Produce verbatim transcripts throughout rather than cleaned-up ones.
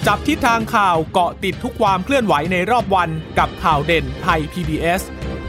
จับทิศทางข่าวเกาะติดทุกความเคลื่อนไหวในรอบวันกับข่าวเด่นไทย พี บี เอส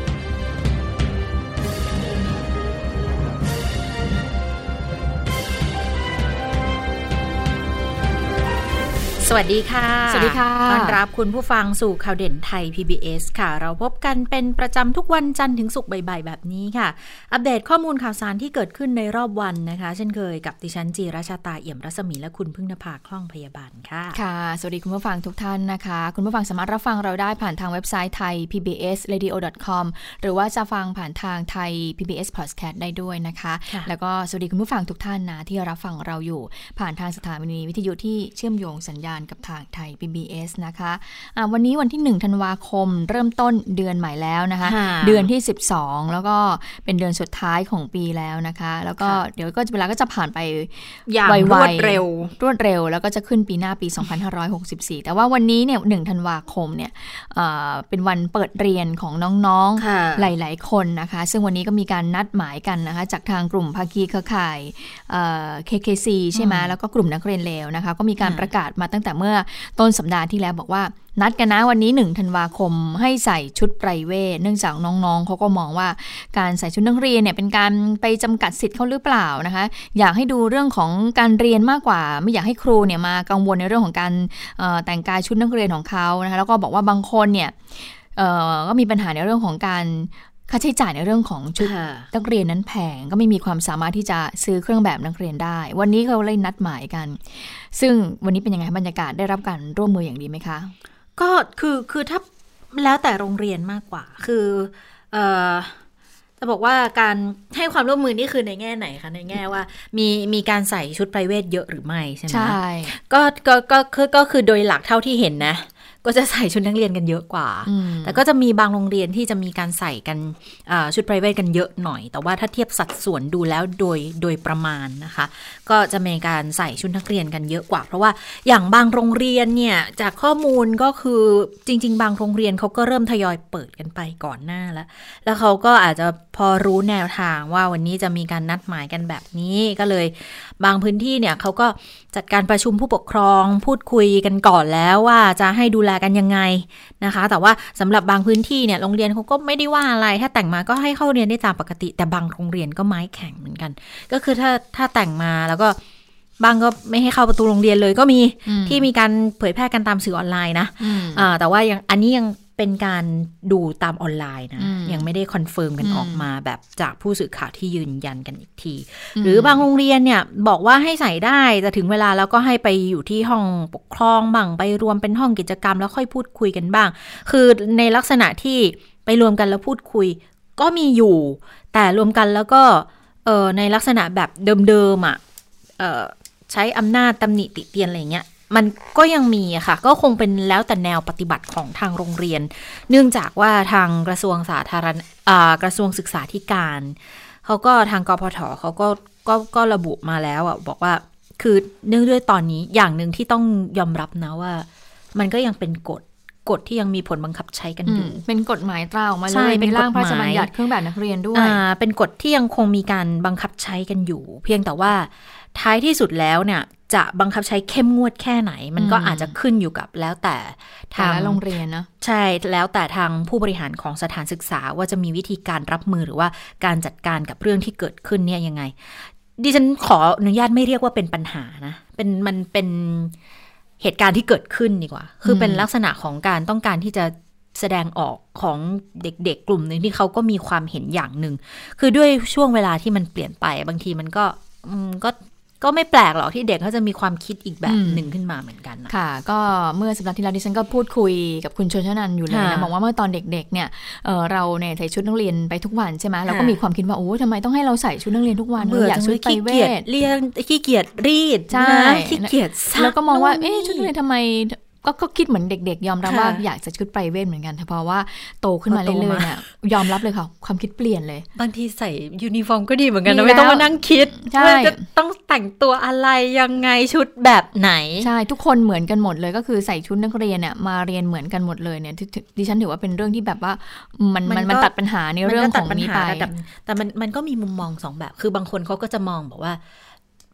สวัสดีค่ะสวัสดีค่ะต้อนรับคุณผู้ฟังสู่ข่าวเด่นไทย พี บี เอส ค่ะเราพบกันเป็นประจำทุกวันจันทร์ถึงศุกร์บ่ายๆแบบนี้ค่ะอัปเดตข้อมูลข่าวสารที่เกิดขึ้นในรอบวันนะคะเช่นเคยกับดิฉันจีราชาตาเอี่ยมรัศมีและคุณพึ่งนภาคล่องพยาบาลค่ะค่ะสวัสดีคุณผู้ฟังทุกท่านนะคะคุณผู้ฟังสามารถรับฟังเราได้ผ่านทางเว็บไซต์ไทย พี บี เอส เรดิโอ ดอท คอม หรือว่าจะฟังผ่านทางไทย พี บี เอส Podcast ได้ด้วยนะคะแล้วก็สวัสดีคุณผู้ฟังทุกท่านนะที่รับฟังเราอยู่ผ่านทางสถานีวิทยุที่เชื่อมโยงสัญญาณกับทางไทย พี บี เอส นะคะะวันนี้วันที่หนึ่งธันวาคมเริ่มต้นเดือนใหม่แล้วนะคะเดือนที่สิบสองแล้วก็เป็นเดือนสุดท้ายของปีแล้วนะคะแล้วก็เดี๋ยวก็เวลาก็จะผ่านไปอย่างรวดเร็วรวดเร็วแล้วก็จะขึ้นปีหน้าปีสองพันห้าร้อยหกสิบสี่แต่ว่าวันนี้เนี่ยหนึ่งธันวาคมเนี่ยเอ่อเป็นวันเปิดเรียนของน้องๆหลายๆคนนะคะซึ่งวันนี้ก็มีการนัดหมายกันนะคะจากทางกลุ่มภาคีเครือข่ายเอ่อ เค เค ซี ใช่ไหมแล้วก็กลุ่มนักเรียนเลวนะคะก็มีการประกาศมาตั้งแต่เมื่อต้นสัปดาห์ที่แล้วบอกว่านัดกันนะวันนี้หนึ่งธันวาคมให้ใส่ชุดไพรเวทเนื่องจากน้องๆเขาก็มองว่าการใส่ชุดนักเรียนเนี่ยเป็นการไปจำกัดสิทธิ์เขาหรือเปล่านะคะอยากให้ดูเรื่องของการเรียนมากกว่าไม่อยากให้ครูเนี่ยมากังวลในเรื่องของการแต่งกายชุดนักเรียนของเขานะคะแล้วก็บอกว่าบางคนเนี่ยก็มีปัญหาในเรื่องของการค่าใช้จ่ายในเรื่องของชุดนักเรียนนั้นแพงก็ไม่มีความสามารถที่จะซื้อเครื่องแบบนักเรียนได้วันนี้เขาเลยนัดหมายกันซึ่งวันนี้เป็นยังไงบรรยากาศได้รับการร่วมมืออย่างดีไหมคะก็คือคือถ้าแล้วแต่โรงเรียนมากกว่าคือเอ่อจะบอกว่าการให้ความร่วมมือนี่คือในแง่ไหนคะในแง่ว่ามีมีการใส่ชุดไพรเวทเยอะหรือไม่ใช่ไหมใช่ก็ก็ก็คือก็คือโดยหลักเท่าที่เห็นนะก็จะใส่ชุดนักเรียนกันเยอะกว่าแต่ก็จะมีบางโรงเรียนที่จะมีการใส่กันชุดไพรเวทกันเยอะหน่อยแต่ว่าถ้าเทียบสัดส่วนดูแล้วโดยโดยประมาณนะคะก็จะมีการใส่ชุดนักเรียนกันเยอะกว่าเพราะว่าอย่างบางโรงเรียนเนี่ยจากข้อมูลก็คือจริงๆบางโรงเรียนเขาก็เริ่มทยอยเปิดกันไปก่อนหน้าแล้วแล้วเขาก็อาจจะพอรู้แนวทางว่าวันนี้จะมีการนัดหมายกันแบบนี้ก็เลยบางพื้นที่เนี่ยเขาก็จัดการประชุมผู้ปกครองพูดคุยกันก่อนแล้วว่าจะให้ดูแลกันยังไงนะคะแต่ว่าสำหรับบางพื้นที่เนี่ยโรงเรียนเขาก็ไม่ได้ว่าอะไรถ้าแต่งมาก็ให้เข้าเรียนได้ตามปกติแต่บางโรงเรียนก็ไม้แข็งเหมือนกันก็คือถ้าถ้าแต่งมาแล้วก็บางก็ไม่ให้เข้าประตูโรงเรียนเลยก็มีที่มีการเผยแพร่กันตามสื่อออนไลน์นะอ่าแต่ว่ายังอันนี้ยังเป็นการดูตามออนไลน์นะยังไม่ได้คอนเฟิร์มกันออกมาแบบจากผู้สื่อข่าวที่ยืนยันกันอีกทีหรือบางโรงเรียนเนี่ยบอกว่าให้ใส่ได้แต่ถึงเวลาแล้วก็ให้ไปอยู่ที่ห้องปกครองบ้างไปรวมเป็นห้องกิจกรรมแล้วค่อยพูดคุยกันบ้างคือในลักษณะที่ไปรวมกันแล้วพูดคุยก็มีอยู่แต่รวมกันแล้วก็เอ่อในลักษณะแบบเดิมๆอ่ะเอ่อใช้อำนาจตำหนิติเตียนอะไรเงี้ยมันก็ยังมีอะค่ะก็คงเป็นแล้วแต่แนวปฏิบัติของทางโรงเรียนเนื่องจากว่าทางกระทรวงสาธารณอ่ากระทรวงศึกษาธิการเขาก็ทางกพทเขาก็ก็ก็ระบุมาแล้วอะบอกว่าคือเนื่องด้วยตอนนี้อย่างนึงที่ต้องยอมรับนะว่ามันก็ยังเป็นกฎกฎที่ยังมีผลบังคับใช้กันอยู่เป็นกฎหมายตราออกมาเลยเป็นร่างพระราชบัญญัติเครื่องแบบนักเรียนด้วยอ่าเป็นกฎที่ยังคงมีการบังคับใช้กันอยู่เพียงแต่ว่าท้ายที่สุดแล้วเนี่ยจะบังคับใช้เข้มงวดแค่ไหนมันก็อาจจะขึ้นอยู่กับแล้วแต่ทางโรงเรียนนะใช่แล้วแต่ทางผู้บริหารของสถานศึกษาว่าจะมีวิธีการรับมือหรือว่าการจัดการกับเรื่องที่เกิดขึ้นเนี่ยยังไงดิฉันขออนุญาตไม่เรียกว่าเป็นปัญหานะเป็นมันเป็นเหตุการณ์ที่เกิดขึ้นดีกว่าคือเป็นลักษณะของการต้องการที่จะแสดงออกของเด็กๆกลุ่มนึงที่เขาก็มีความเห็นอย่างนึงคือด้วยช่วงเวลาที่มันเปลี่ยนไปบางทีมันก็อืมก็ก็ไม่แปลกหรอกที่เด็กเขาจะมีความคิดอีกแบบหนึ่งขึ้นมาเหมือนกันค่ะก็เมื่อสัปดาห์ที่แล้วดิฉันก็พูดคุยกับคุณชนชนันท์อยู่เลยนะบอกว่าเมื่อตอนเด็กๆเนี่ย เ, เราเนี่ยใส่ชุดนักเรียนไปทุกวันใช่ไหมเราก็มีความคิดว่าโอ้ทำไมต้องให้เราใส่ชุดนักเรียนทุกวันเราอยากชุดไปเวทเรียนขี้เกียจรีดใช่ขี้เกียจซักแล้วก็มองว่าเอ๊ะชุดนักเรียนทำไมก็ก็คิดเหมือนเด็กๆยอมรับว่าอยากจะชุดไพรเวทเหมือนกันแต่เพราะว่าโตขึ้นมาเรื่อยๆเนี่ยยอมรับเลยค่ะความคิดเปลี่ยนเลยบางทีใส่ยูนิฟอร์มก็ดีเหมือนกันนะไม่ต้องมานั่งคิดว่าจะต้องแต่งตัวอะไรยังไงชุดแบบไหนใช่ทุกคนเหมือนกันหมดเลยก็คือใส่ชุดนักเรียนเนี่ยมาเรียนเหมือนกันหมดเลยเนี่ยดิฉันถือว่าเป็นเรื่องที่แบบว่ามันมันมันตัดปัญหาในเรื่องของนี้ไปแต่แต่มันมันก็มีมุมมองสองแบบคือบางคนเขาก็จะมองบอกว่า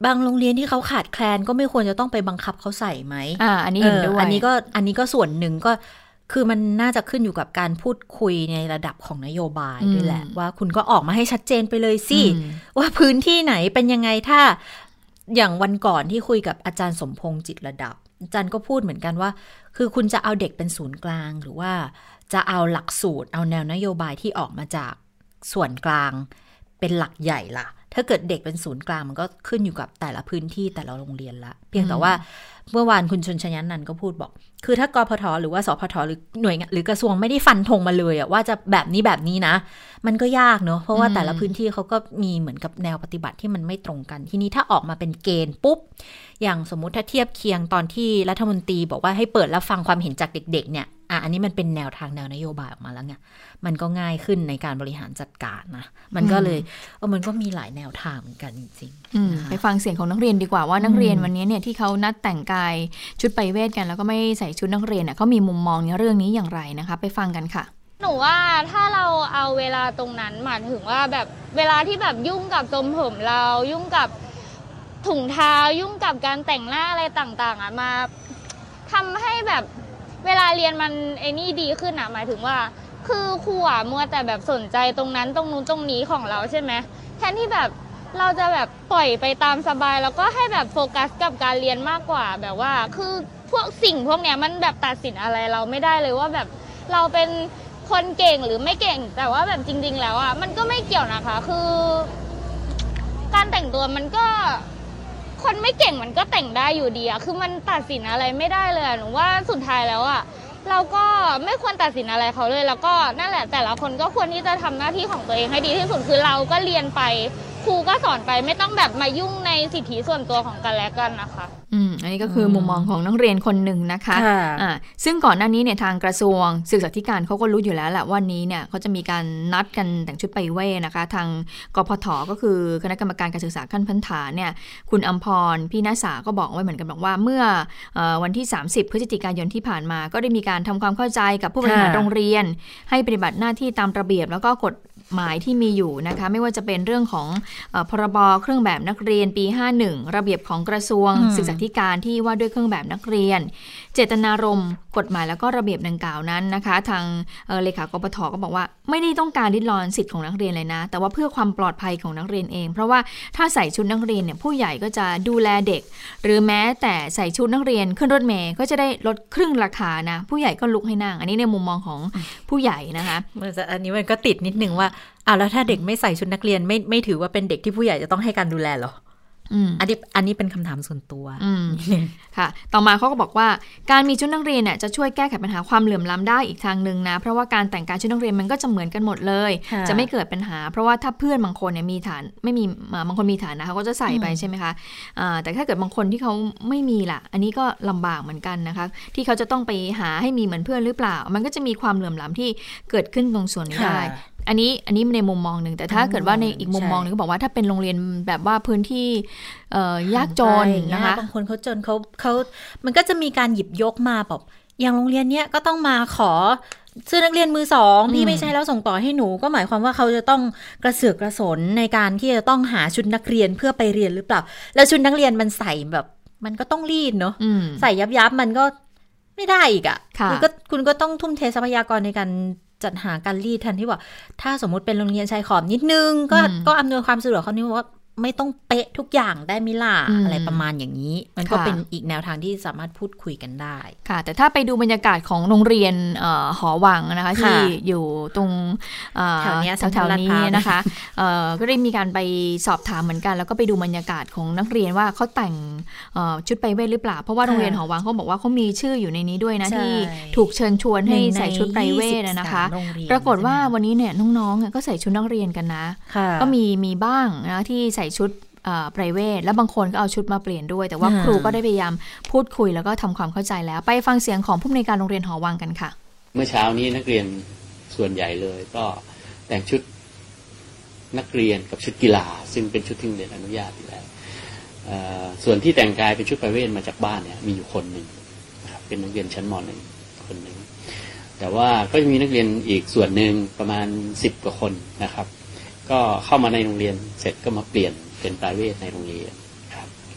บางโรงเรียนที่เขาขาดแคลนก็ไม่ควรจะต้องไปบังคับเขาใส่ไหมอ่าอันนี้เห็นด้วยอันนี้ก็อันนี้ก็ส่วนหนึ่งก็คือมันน่าจะขึ้นอยู่กับการพูดคุยในระดับของนโยบายด้วยแหละว่าคุณก็ออกมาให้ชัดเจนไปเลยสิว่าพื้นที่ไหนเป็นยังไงถ้าอย่างวันก่อนที่คุยกับอาจารย์สมพงษ์จิตระดับอาจารย์ก็พูดเหมือนกันว่าคือคุณจะเอาเด็กเป็นศูนย์กลางหรือว่าจะเอาหลักสูตรเอาแนวนโยบายที่ออกมาจากส่วนกลางเป็นหลักใหญ่ล่ะถ้าเกิดเด็กเป็นศูนย์กลางมันก็ขึ้นอยู่กับแต่ละพื้นที่แต่ละโรงเรียนละเพียงแต่ว่าเมื่อวานคุณชนชยันนันท์ก็พูดบอกคือถ้ากพทหรือว่าสพทหรือหน่วยงานหรือกระทรวงไม่ได้ฟันธงมาเลยอะว่าจะแบบนี้แบบนี้นะมันก็ยากเนอะเพราะว่าแต่ละพื้นที่เขาก็มีเหมือนกับแนวปฏิบัติที่มันไม่ตรงกันทีนี้ถ้าออกมาเป็นเกณฑ์ปุ๊บอย่างสมมุติถ้าเทียบเคียงตอนที่รัฐมนตรีบอกว่าให้เปิดแล้วฟังความเห็นจากเด็กๆเนี่ยอ่ะอันนี้มันเป็นแนวทางแนวนโยบายออกมาแล้วไงมันก็ง่ายขึ้นในการบริหารจัดการนะมันก็เลยเออมันก็มีหลายแนวทางเหมือนกันจริงๆไปฟังเสียงของนักเรียนดีกว่าว่านักเรียนวันนี้เนี่ยที่เขานัดแต่งกายชุดไปเวทกันแล้วก็ไม่ใส่ชุดนักเรียนเนี่ยเขามีมุมมองในเรื่องนี้อย่างไรนะคะไปฟังกันค่ะหนูว่าถ้าเราเอาเวลาตรงนั้นหมายถึงว่าแบบเวลาที่แบบยุ่งกับทรงผมเรายุ่งกับถุงเท้ายุ่งกับการแต่งหน้าอะไรต่างๆอ่ะมาทำให้แบบเวลาเรียนมันไอ้นี่ดีขึ้นอ่ะหมายถึงว่าคือครูอ่ะมัวแต่แบบสนใจตรงนั้นตรงนู้นตรงนี้ของเราใช่ไหมแทนที่แบบเราจะแบบปล่อยไปตามสบายแล้วก็ให้แบบโฟกัสกับการเรียนมากกว่าแบบว่าคือพวกสิ่งพวกเนี้ยมันแบบตัดสินอะไรเราไม่ได้เลยว่าแบบเราเป็นคนเก่งหรือไม่เก่งแต่ว่าแบบจริงๆแล้วอ่ะมันก็ไม่เกี่ยวนะคะคือการแต่งตัวมันก็คนไม่เก่งมันก็แต่งได้อยู่ดีอะคือมันตัดสินอะไรไม่ได้เลยหนูว่าสุดท้ายแล้วอะเราก็ไม่ควรตัดสินอะไรเขาเลยแล้วก็นั่นแหละแต่ละคนก็ควรที่จะทำหน้าที่ของตัวเองให้ดีที่สุดคือเราก็เรียนไปครูก็สอนไปไม่ต้องแบบมายุ่งในสิทธิส่วนตัวของกันและกันนะคะอืมอันนี้ก็คือมุมมองของนักเรียนคนหนึ่งนะคะอ่าซึ่งก่อนหน้านี้เนี่ยทางกระทรวงศึกษาธิการเขาก็รู้อยู่แล้วแหละวันนี้เนี่ยเขาจะมีการนัดกันแต่งชุดไปเว่นะคะทางกพทก็คือคณะกรรมการการศึกษาขั้นพื้นฐานเนี่ยคุณอัมพรพี่ณสาก็บอกไว้เหมือนกันบอกว่าเมื่อวันที่สามสิบพฤศจิกายนที่ผ่านมาก็ได้มีการทำความเข้าใจกับผู้บริหารโรงเรียนให้ปฏิบัติหน้าที่ตามระเบียบแล้วก็กฎหมายที่มีอยู่นะคะไม่ว่าจะเป็นเรื่องของพรบเครื่องแบบนักเรียนปีห้าสิบเอ็ดระเบียบของกระทรวงศึกษาธิการที่ว่าด้วยเครื่องแบบนักเรียนเจตนารมณ์กฎหมายแล้วก็ระเบียบดังกล่าวนั้นนะคะทางเลขากปทก็บอกว่าไม่ได้ต้องการริดรอนสิทธิ์ของนักเรียนเลยนะแต่ว่าเพื่อความปลอดภัยของนักเรียนเองเพราะว่าถ้าใส่ชุดนักเรียนเนี่ยผู้ใหญ่ก็จะดูแลเด็กหรือแม้แต่ใส่ชุดนักเรียนขึ้นรถเมล์ก็จะได้ลดครึ่งราคานะผู้ใหญ่ก็ลุกให้นั่งอันนี้ในมุมมองของผู้ใหญ่นะคะอันนี้มันก็ติดนิดนึงว่าอ้าวแล้วถ้าเด็กไม่ใส่ชุดนักเรียนไม่ไม่ถือว่าเป็นเด็กที่ผู้ใหญ่จะต้องให้การดูแลหรออันนี้อันนี้เป็นคำถามส่วนตัวค่ะต่อมาเขาก็บอกว่าการมีชุดนักเรียนเนี่ยจะช่วยแก้ไขปัญหาความเหลื่อมล้ำได้อีกทางนึงนะเพราะว่าการแต่งกายชุดนักเรียนมันก็จะเหมือนกันหมดเลยจะไม่เกิดปัญหาเพราะว่าถ้าเพื่อนบางคนเนี่ยมีฐานไม่มีบางคนมีฐานนะเขาก็จะใส่ไปใช่ไหมคะแต่ถ้าเกิดบางคนที่เขาไม่มีล่ะอันนี้ก็ลำบากเหมือนกันนะคะที่เขาจะต้องไปหาให้มีเหมือนเพื่อนหรือเปล่ามันก็จะมีความเหลื่อมล้ำที่เกิดขึ้นตรงส่วนนี้ได้อันนี้อันนี้ในมุมมองหนึ่งแต่ถ้าเกิดว่าในอีกมุมมองนึงก็บอกว่าถ้าเป็นโรงเรียนแบบว่าพื้นที่ยากจนนะคะบางคนเขาจนเขาเขามันก็จะมีการหยิบยกมาแบบอย่างโรงเรียนเนี้ยก็ต้องมาขอเสื้อนักเรียนมือสองพี่ไม่ใช่แล้วส่งต่อให้หนูก็หมายความว่าเขาจะต้องกระเสือกกระสนในการที่จะต้องหาชุดนักเรียนเพื่อไปเรียนหรือเปล่าแล้วชุดนักเรียนมันใส่แบบมันก็ต้องรีดเนาะใส่ยับยับมันก็ไม่ได้อีกอ่ะคุณก็คุณก็ต้องทุ่มเททรัพยากรในการจัดหาการรีดแทนที่ว่าถ้าสมมุติเป็นโรงเรียนชายขอบนิดนึงก็ก็อำนวยความสะดวกเขานี่ว่าไม่ต้องเป๊ะทุกอย่างได้มิล่ะ อ, อะไรประมาณอย่างนี้มันก็เป็นอีกแนวทางที่สามารถพูดคุยกันได้ค่ะแต่ถ้าไปดูบรรยากาศของโรงเรียนหอวังนะคะที่อยู่ตรงแถวนี้แถวๆนี้นะคะก็ได้มีการไปสอบถามเหมือนกันแล้วก็ไปดูบรรยากาศของนักเรียนว่าเขาแต่งชุดไปเวทหรือเปล่าเพราะว่าโรงเรียนหอวังเขาบอกว่าเขามีชื่ออยู่ในนี้ด้วยนะที่ถูกเชิญชวนให้ใส่ชุดไปเวทนะคะปรากฏว่าวันนี้เนี่ยน้องๆก็ใส่ชุดนักเรียนกันนะก็มีมีบ้างนะที่ใส่ชุดไพรเวทแล้วบางคนก็เอาชุดมาเปลี่ยนด้วยแต่ว่าครูก็ได้พยายามพูดคุยแล้วก็ทำความเข้าใจแล้วไปฟังเสียงของผู้อำนวยการโรงเรียนหอวังกันค่ะเมื่อเช้านี้นักเรียนส่วนใหญ่เลยก็แต่งชุดนักเรียนกับชุดกีฬาซึ่งเป็นชุดที่โรงเรียนอนุญาตอยู่แล้วส่วนที่แต่งกายเป็นชุดไพรเวทมาจากบ้านเนี่ยมีอยู่คนหนึ่งนะครับเป็นนักเรียนชั้นม.หนึ่งคนหนึ่งแต่ว่าก็จะมีนักเรียนอีกส่วนหนึ่งประมาณสิบกว่าคนนะครับก็เข้ามาในโรงเรียนเสร็จก็มาเปลี่ยนเป็นไพรเวทในโรงเรียนครับ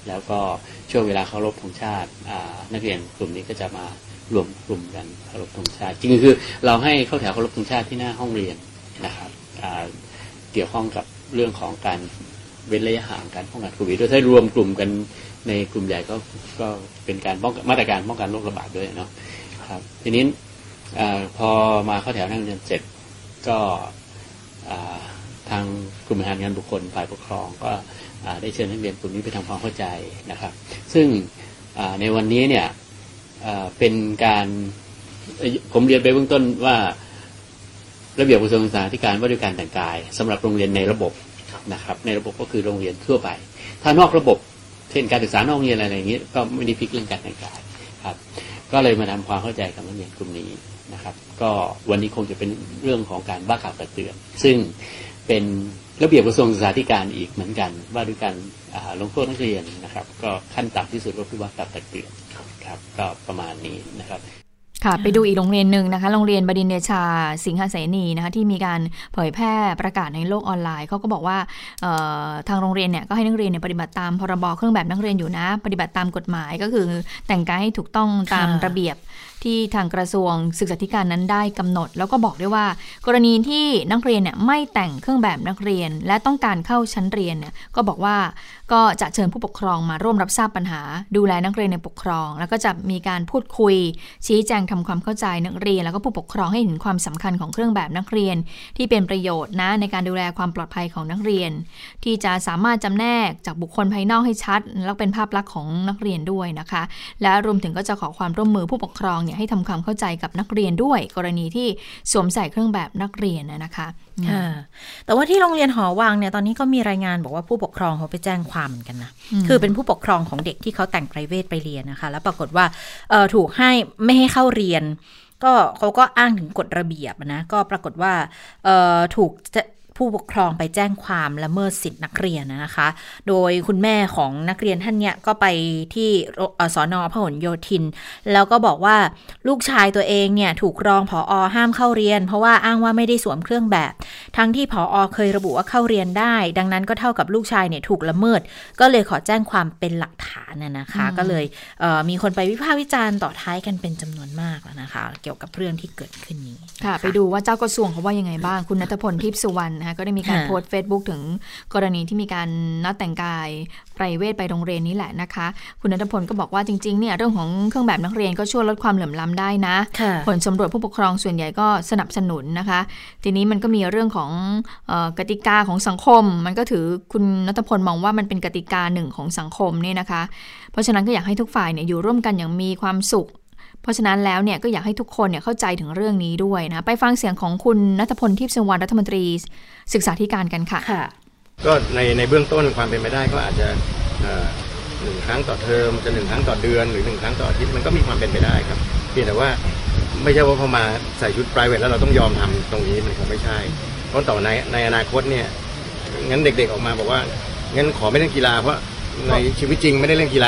แล้วก็ช่วงเวลาเคารพธงชาตินักเรียนกลุ่มนี้ก็จะมารวมกลุ่มกันเคารพธงชาติจริงๆคือเราให้เข้าแถวเคารพธงชาติที่หน้าห้องเรียนนะครับเกี่ยวข้องกับเรื่องของการเว้นระยะห่างการป้องกันโควิดด้วยถ้ารวมกลุ่มกันในกลุ่มใหญ่ก็ก็เป็นการป้องมาตรการป้องกันโรคระบาดด้วยเนาะครับทีนี้พอมาเข้าแถวนั่งเรียนเสร็จก็ทางกลุ่มบริหารงานบุคคลฝ่ายปกครองก็ได้เชิญนักเรียนกลุ่มนี้ไปทำความเข้าใจนะครับซึ่งในวันนี้เนี่ยเป็นการผมเรียนไปเบื้องต้นว่าระเบียบกระทรวงศึกษาธิการว่าด้วยการแต่งกายสำหรับโรงเรียนในระบบนะครับในระบบก็คือโรงเรียนทั่วไปถ้านอกระบบเช่นการศึกษานอกโรงเรียนอะไรอย่างนี้ก็ไม่ได้ฟิกเรื่องการแต่งกายครับก็เลยมาทำความเข้าใจกับนักเรียนกลุ่มนี้นะครับก็วันนี้คงจะเป็นเรื่องของการว่ากล่าวตักเตือนซึ่งเป็นระเบียบกระทรวงศึกษาธิการอีกเหมือนกันว่าด้วยการลงโทษนักเรียนนะครับก็ขั้นต่ำที่สุดก็คือว่ากล่าวตักเตือนครับก็ประมาณนี้นะครับค่ะไปดูอีกโรงเรียนหนึ่งนะคะโรงเรียนบดินทร์เดชาสิงหเสนีนะคะที่มีการเผยแพร่ประกาศในโลกออนไลน์เขาก็บอกว่าทางโรงเรียนเนี่ยก็ให้นักเรียนเนี่ยปฏิบัติตามพรบเครื่องแบบนักเรียนอยู่นะปฏิบัติตามกฎหมายก็คือแต่งกายให้ถูกต้องตามระเบียบที่ทางกระทรวงศึกษาธิการนั้นได้กำหนดแล้วก็บอกด้วยว่ากรณีที่นักเรียนเนี่ยไม่แต่งเครื่องแบบนักเรียนและต้องการเข้าชั้นเรียนเนี่ยก็บอกว่าก็จะเชิญผู้ปกครองมาร่วมรับทราบปัญหาดูแลนักเรียนในปกครองแล้วก็จะมีการพูดคุยชี้แจงทำความเข้าใจนักเรียนแล้วก็ผู้ปกครองให้เห็นความสำคัญของเครื่องแบบนักเรียนที่เป็นประโยชน์นะในการดูแลความปลอดภัยของนักเรียนที่จะสามารถจำแนกจากบุคคลภายนอกให้ชัดแล้วเป็นภาพลักษณ์ของนักเรียนด้วยนะคะและรวมถึงก็จะขอความร่วมมือผู้ปกครองเนี่ยให้ทำความเข้าใจกับนักเรียนด้วยกรณีที่สวมใส่เครื่องแบบนักเรียนนะคะแต่ว่าที่โรงเรียนหอวังเนี่ยตอนนี้ก็มีรายงานบอกว่าผู้ปกครองเขาไปแจ้งความเหมือนกันนะคือเป็นผู้ปกครองของเด็กที่เขาแต่งไพรเวทไปเรียนนะคะแล้วปรากฏว่าถูกให้ไม่ให้เข้าเรียนก็เขาก็อ้างถึงกฎระเบียบนะก็ปรากฏว่าถูกผู้ปกครองไปแจ้งความละเมิดสิทธินักเรียนนะคะ โดยคุณแม่ของนักเรียนท่านเนี้ยก็ไปที่สน.พหลโยธินแล้วก็บอกว่าลูกชายตัวเองเนี่ยถูกรองผอ.ห้ามเข้าเรียนเพราะว่าอ้างว่าไม่ได้สวมเครื่องแบบทั้งที่ผอ.เคยระบุว่าเข้าเรียนได้ดังนั้นก็เท่ากับลูกชายเนี่ยถูกละเมิดก็เลยขอแจ้งความเป็นหลักฐานนะคะก็เลยเอ่อมีคนไปวิพากษ์วิจารณ์ต่อท้ายกันเป็นจำนวนมากแล้วนะคะเกี่ยวกับเรื่องที่เกิดขึ้นนี้ค่ะไปดูว่าเจ้ากระทรวงเขาว่ายังไงบ้างคุณณัฐพลทิพย์สุวรรณนะคะก็ได้มีการโพสต์ Facebook ถึงกรณีที่มีการนัดแต่งกายไพรเวทไปโรงเรียนนี้แหละนะคะคุณณัฐพลก็บอกว่าจริงๆเนี่ยเรื่องของเครื่องแบบนักเรียนก็ช่วยลดความเหลื่อมล้ำได้นะผลสำรวจผู้ปกครองส่วนใหญ่ก็สนับสนุนนะคะทีนี้มันก็มีเรื่องของเอ่อกติกาของสังคมมันก็ถือคุณณัฐพลมองว่ามันเป็นกติกาหนึ่งของสังคมเนี่ยนะคะเพราะฉะนั้นก็อยากให้ทุกฝ่ายเนี่ยอยู่ร่วมกันอย่างมีความสุขเพราะฉะนั้นแล้วเนี่ยก็อยากให้ทุกคนเนี่ยเข้าใจถึงเรื่องนี้ด้วยนะไปฟังเสียงของคุณณัฐพลทิพย์สุวรรณรัฐมนตรีศึกษาธิการกันค่ะก็ในในเบื้องต้นความเป็นไปได้ก็อาจจะหนึ่งครั้งต่อเทอมจะหนึ่งครั้งต่อเดือนหรือหนึ่งครั้งต่ออาทิตย์มันก็มีความเป็นไปได้ครับเพียงแต่ว่าไม่ใช่ว่าพอมาใส่ชุด private แล้วเราต้องยอมทำตรงนี้มันคงไม่ใช่เพราะต่อในในอนาคตเนี่ยงั้นเด็กๆออกมาบอกว่างั้นขอไม่เล่นกีฬาเพราะในชีวิตจริงไม่ได้เล่นกีฬา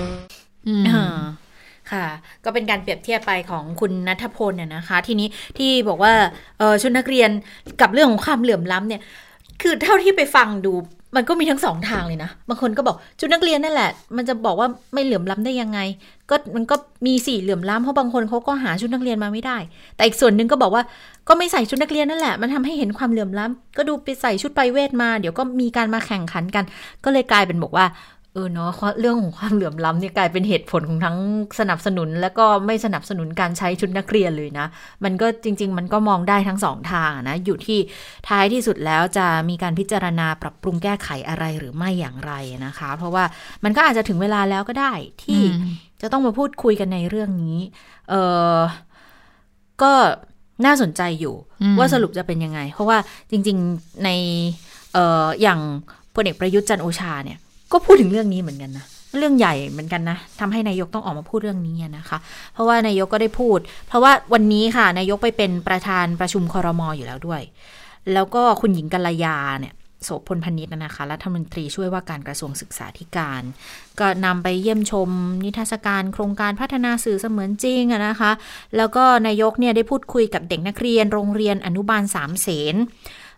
ค่ะก็เป็นการเปรียบเทียบไปของคุณณัฐพลเนี่ยนะคะทีนี้ที่บอกว่าเออชุดนักเรียนกับเรื่องของความเหลื่อมล้ำเนี่ยคือเท่าที่ไปฟังดูมันก็มีทั้งสองทางเลยนะบางคนก็บอกชุดนักเรียนนั่นแหละมันจะบอกว่าไม่เหลื่อมล้ำได้ยังไงก็มันก็มีสี่เหลื่อมล้ำเพราะบางคนเขาก็หาชุดนักเรียนมาไม่ได้แต่อีกส่วนนึงก็บอกว่าก็ไม่ใส่ชุดนักเรียนนั่นแหละมันทำให้เห็นความเหลื่อมล้ำก็ดูไปใส่ชุดไพรเวทมาเดี๋ยวก็มีการมาแข่งขันกันก็เลยกลายเป็นบอกว่าเออเนาะเรื่องของความเหลื่อมล้ำเนี่ยกลายเป็นเหตุผลของทั้งสนับสนุนและก็ไม่สนับสนุนการใช้ชุดนักเรียนเลยนะมันก็จริงๆมันก็มองได้ทั้งสองทางนะอยู่ที่ท้ายที่สุดแล้วจะมีการพิจารณาปรับปรุงแก้ไขอะไรหรือไม่อย่างไรนะคะเพราะว่ามันก็อาจจะถึงเวลาแล้วก็ได้ที่จะต้องมาพูดคุยกันในเรื่องนี้เออก็น่าสนใจอยู่ว่าสรุปจะเป็นยังไงเพราะว่าจริงๆในเอออย่างพลเอกประยุทธ์จันทร์โอชาเนี่ยก็พูดถึงเรื่องนี้เหมือนกันนะเรื่องใหญ่เหมือนกันนะทำให้นายกต้องออกมาพูดเรื่องนี้นะคะเพราะว่านายกก็ได้พูดเพราะว่าวันนี้ค่ะนายกไปเป็นประธานประชุมครม.อยู่แล้วด้วยแล้วก็คุณหญิงกัลยาเนี่ยโสพลพนิษฐ์นะคะรัฐมนตรีช่วยว่าการกระทรวงศึกษาธิการก็นำไปเยี่ยมชมนิทรรศการโครงการพัฒนาสื่อเสมือนจริงนะคะแล้วก็นายกเนี่ยได้พูดคุยกับเด็กนักเรียนโรงเรียนอนุบาลสามเสน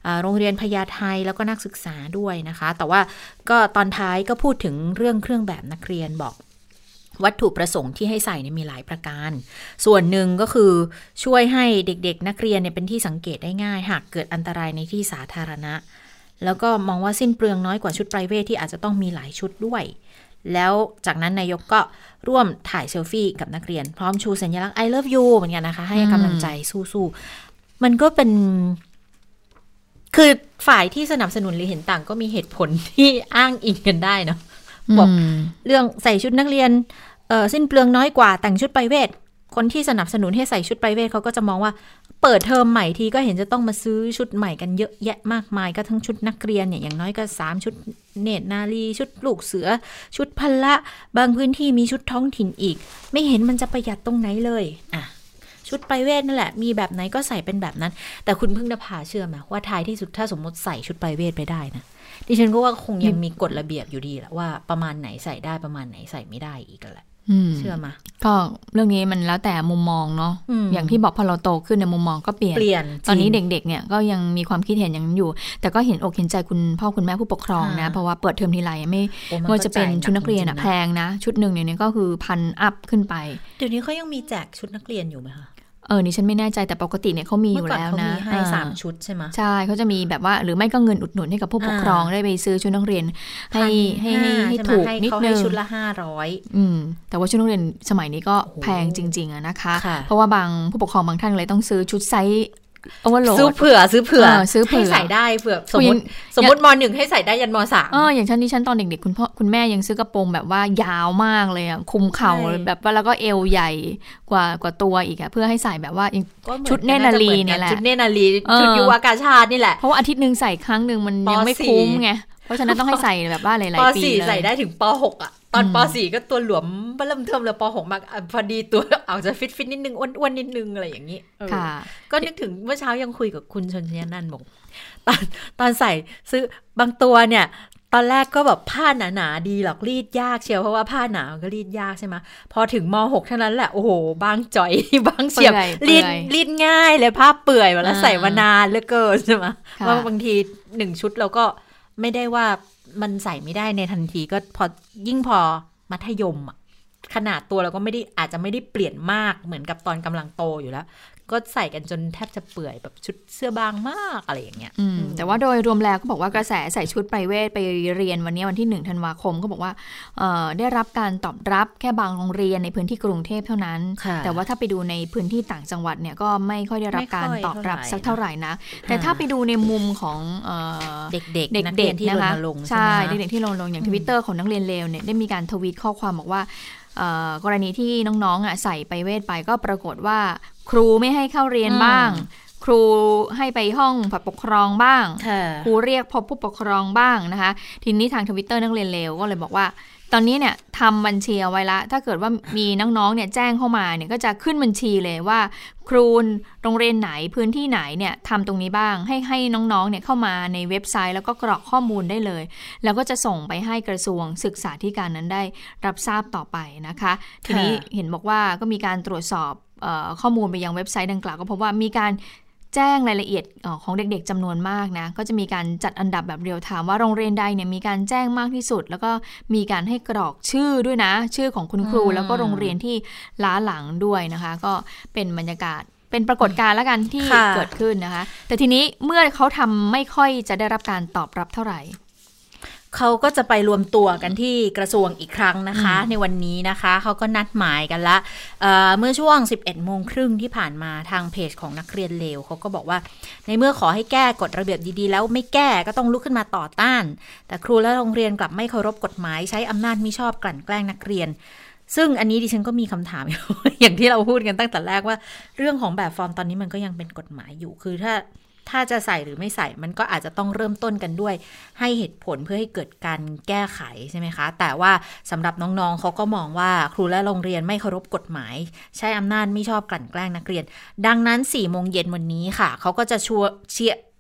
โรงเรียนพญาไทแล้วก็นักศึกษาด้วยนะคะแต่ว่าก็ตอนท้ายก็พูดถึงเรื่องเครื่องแบบนักเรียนบอกวัตถุประสงค์ที่ให้ใส่เนี่ยมีหลายประการส่วนหนึ่งก็คือช่วยให้เด็กๆนักเรียนเนี่ยเป็นที่สังเกตได้ง่ายหากเกิดอันตรายในที่สาธารณะแล้วก็มองว่าสิ้นเปลืองน้อยกว่าชุดไพรเวทที่อาจจะต้องมีหลายชุดด้วยแล้วจากนั้นนายกก็ร่วมถ่ายเซลฟี่กับนักเรียนพร้อมชูสัญลักษณ์ I love you เหมือนกันนะคะให้กำลังใจสู้ๆมันก็เป็นคือฝ่ายที่สนับสนุนหรือเห็นต่างก็มีเหตุผลที่อ้างอิงกันได้เนาะบอกเรื่องใส่ชุดนักเรียนเอ่อสิ้นเปลืองน้อยกว่าแต่งชุดไพรเวทคนที่สนับสนุนให้ใส่ชุดไพรเวทเขาก็จะมองว่าเปิดเทอมใหม่ทีก็เห็นจะต้องมาซื้อชุดใหม่กันเยอะแยะมากมายก็ทั้งชุดนักเรียนเนี่ยอย่างน้อยก็สามชุดเนตรนารีชุดลูกเสือชุดพละบางพื้นที่มีชุดท้องถิ่นอีกไม่เห็นมันจะประหยัดตรงไหนเลยอ่ะชุดไพรเวทนั่นแหละมีแบบไหนก็ใส่เป็นแบบนั้นแต่คุณพึ่งนภาเชื่อไหมว่าท้ายที่สุดถ้าสมมติใส่ชุดไพรเวทไปได้นะดิฉันก็ว่าคงยังมีกฎระเบียบอยู่ดีแหละว่าประมาณไหนใส่ได้ประมาณไหนใส่ไม่ได้อีกแหละเชื่อมาก็เรื่องนี้มันแล้วแต่มุมมองเนาะ อ, อย่างที่บอกพอเราโตขึ้นในมุมมองก็เปลี่ยนเปลี่ยนตอนนี้เด็กๆเนี่ยก็ยังมีความคิดเห็นอย่างนั้นอยู่แต่ก็เห็นอกเห็นใจคุณพ่อคุณแม่ผู้ปกครองนะเพราะว่าเปิดเทอมทีไรไม่ว่าจะเป็นชุดนักเรียนอะแพงนะชุดหนึ่งเนี่ยก็คือพันอัพขึ้นไปเดี๋ยวนี้เขายังมีแจกชุดนักเรียนอยู่ไหมคะเออนี่ฉันไม่แน่ใจแต่ปกติเนี่ยเขามีอยู่แล้วนะเขามีให้สามชุดใช่ไหมใช่เขาจะมีแบบว่าหรือไม่ก็เงินอุดหนุนให้กับผู้ปกครองได้ไปซื้อชุดนักเรียนให้ให้ให้ถูกนิดนึงชุดละห้าร้อยอืมแต่ว่าชุดนักเรียนสมัยนี้ก็แพงจริงๆอะนะคะเพราะว่าบางผู้ปกครองบางท่านเลยต้องซื้อชุดไซส์ซื้อเผื่อซื้อเผื่อซื้อเผื่อให้ใส่ได้เผื่อสมมติสมมติม.หนึ่งให้ใส่ได้ยันม.สามเอออย่างฉันที่ฉันตอนเด็กๆคุณพ่อคุณแม่ยังซื้อกระโปรงแบบว่ายาวมากเลยอ่ะคุมเข่าแบบว่าแล้วก็เอวใหญ่กว่ากว่าตัวอีกอ่ะเพื่อให้ใส่แบบว่าชุดเนตรนารีเนี่ยแหละชุดเนตรนารีชุดยุวกาชาตินี่แหละเพราะว่าอาทิตย์นึงใส่ครั้งนึงมันยังไม่คุ้มไงเพราะฉะนั้นต้องให้ใส่แบบว่าหลายๆปีเลยป.สี่ใส่ได้ถึงป.หกอ่ะตอน ป.สี่ ก็ตัวหลวมเริ่มเทิมเลยป.หก มาพอดีตัวเอาจะฟิตฟิตนิดนึงอ้วนๆนิดนึงอะไรอย่างนี้ก็นึกถึงเมื่อเช้ายังคุยกับคุณชนชยนันท์บอกตอนตอนใส่ซื้อบางตัวเนี่ยตอนแรกก็แบบผ้าหนาๆดีหรอกรีดยากเชียวเพราะว่าผ้าหนาก็รีดยากใช่ไหมพอถึงม.หก เท่านั้นแหละโอ้โหบางจ่อยบางเฉียบรีดรีดง่ายเลยผ้าเปื่อยแล้วใส่มานานเหลือเกินใช่ไหมว่าบางทีหนึ่งชุดเราก็ไม่ได้ว่ามันใส่ไม่ได้ในทันทีก็พอยิ่งพอมัธยมอ่ะขนาดตัวเราก็ไม่ได้อาจจะไม่ได้เปลี่ยนมากเหมือนกับตอนกำลังโตอยู่แล้วก็ใส่กันจนแทบจะเปื่อยแบบชุดเสื้อบางมากอะไรอย่างเงี้ยแต่ว่าโดยรวมแล้วก็บอกว่ากระแสใส่ชุดไพรเวทไปเรียนวันนี้วันที่หนึ่งธันวาคมก็บอกว่าได้รับการตอบรับแค่บางโรงเรียนในพื้นที่กรุงเทพเท่านั้นแต่ว่าถ้าไปดูในพื้นที่ต่างจังหวัดเนี่ยก็ไม่ค่อยได้รับการตอบรับสักเท่าไหร่นะแต่ถ้าไปดูในมุมของเด็กๆนักเรียนที่รณรงค์ใช่เด็กๆที่รณรงค์อย่าง Twitter ของนักเรียนเลวเนี่ยได้มีการทวีตข้อความบอกว่ากรณีที่น้องๆอ่ะใส่ไปเวทไปก็ปรากฏว่าครูไม่ให้เข้าเรียนบ้างครูให้ไปห้องผู้ปกครองบ้างครูเรียกพบผู้ปกครองบ้างนะคะทีนี้ทาง Twitter นักเรียนเลวก็เลยบอกว่าตอนนี้เนี่ยทำบัญชีเอาไว้ละถ้าเกิดว่ามีน้องๆเนี่ยแจ้งเข้ามาเนี่ยก็จะขึ้นบัญชีเลยว่าครูโรงเรียนไหนพื้นที่ไหนเนี่ยทำตรงนี้บ้างให้ให้น้องๆเนี่ยเข้ามาในเว็บไซต์แล้วก็กรอกข้อมูลได้เลยแล้วก็จะส่งไปให้กระทรวงศึกษาธิการนั้นได้รับทราบต่อไปนะคะทีนี้เห็นบอกว่าก็มีการตรวจสอบข้อมูลไปยังเว็บไซต์ดังกล่าวก็พบว่ามีการแจ้งรายละเอียดของเด็กๆจำนวนมากนะก็จะมีการจัดอันดับแบบเรียลไทม์ว่าโรงเรียนใดเนี่ยมีการแจ้งมากที่สุดแล้วก็มีการให้กรอกชื่อด้วยนะชื่อของคุณครูแล้วก็โรงเรียนที่ล้าหลังด้วยนะคะก็เป็นบรรยากาศเป็นปรากฏการณ์แล้วกันที่เกิดขึ้นนะคะแต่ทีนี้เมื่อเขาทำไม่ค่อยจะได้รับการตอบรับเท่าไหร่เขาก็จะไปรวมตัวกันที่กระทรวงอีกครั้งนะคะในวันนี้นะคะเขาก็นัดหมายกันละเ, เมื่อช่วง สิบเอ็ดโมงครึ่งที่ผ่านมาทางเพจของนักเรียนเลวเขาก็บอกว่าในเมื่อขอให้แก้กฎระเบียบดีๆแล้วไม่แก้ก็ต้องลุกขึ้นมาต่อต้านแต่ครูและโรงเรียนกลับไม่เคารพกฎหมายใช้อำนาจมิชอบกลั่นแกล้งนักเรียนซึ่งอันนี้ดิฉันก็มีคำถาม อย่างที่เราพูดกันตั้งแต่แรกว่าเรื่องของแบบฟอร์มตอนนี้มันก็ยังเป็นกฎหมายอยู่คือถ้าถ้าจะใส่หรือไม่ใส่มันก็อาจจะต้องเริ่มต้นกันด้วยให้เหตุผลเพื่อให้เกิดการแก้ไขใช่ไหมคะแต่ว่าสำหรับน้องๆเขาก็มองว่าครูและโรงเรียนไม่เคารพกฎหมายใช้อำนาจไม่ชอบกลั่นแกล้งนักเรียนดังนั้นสี่โมงเย็นวันนี้ค่ะเขาก็จะชัวเชีย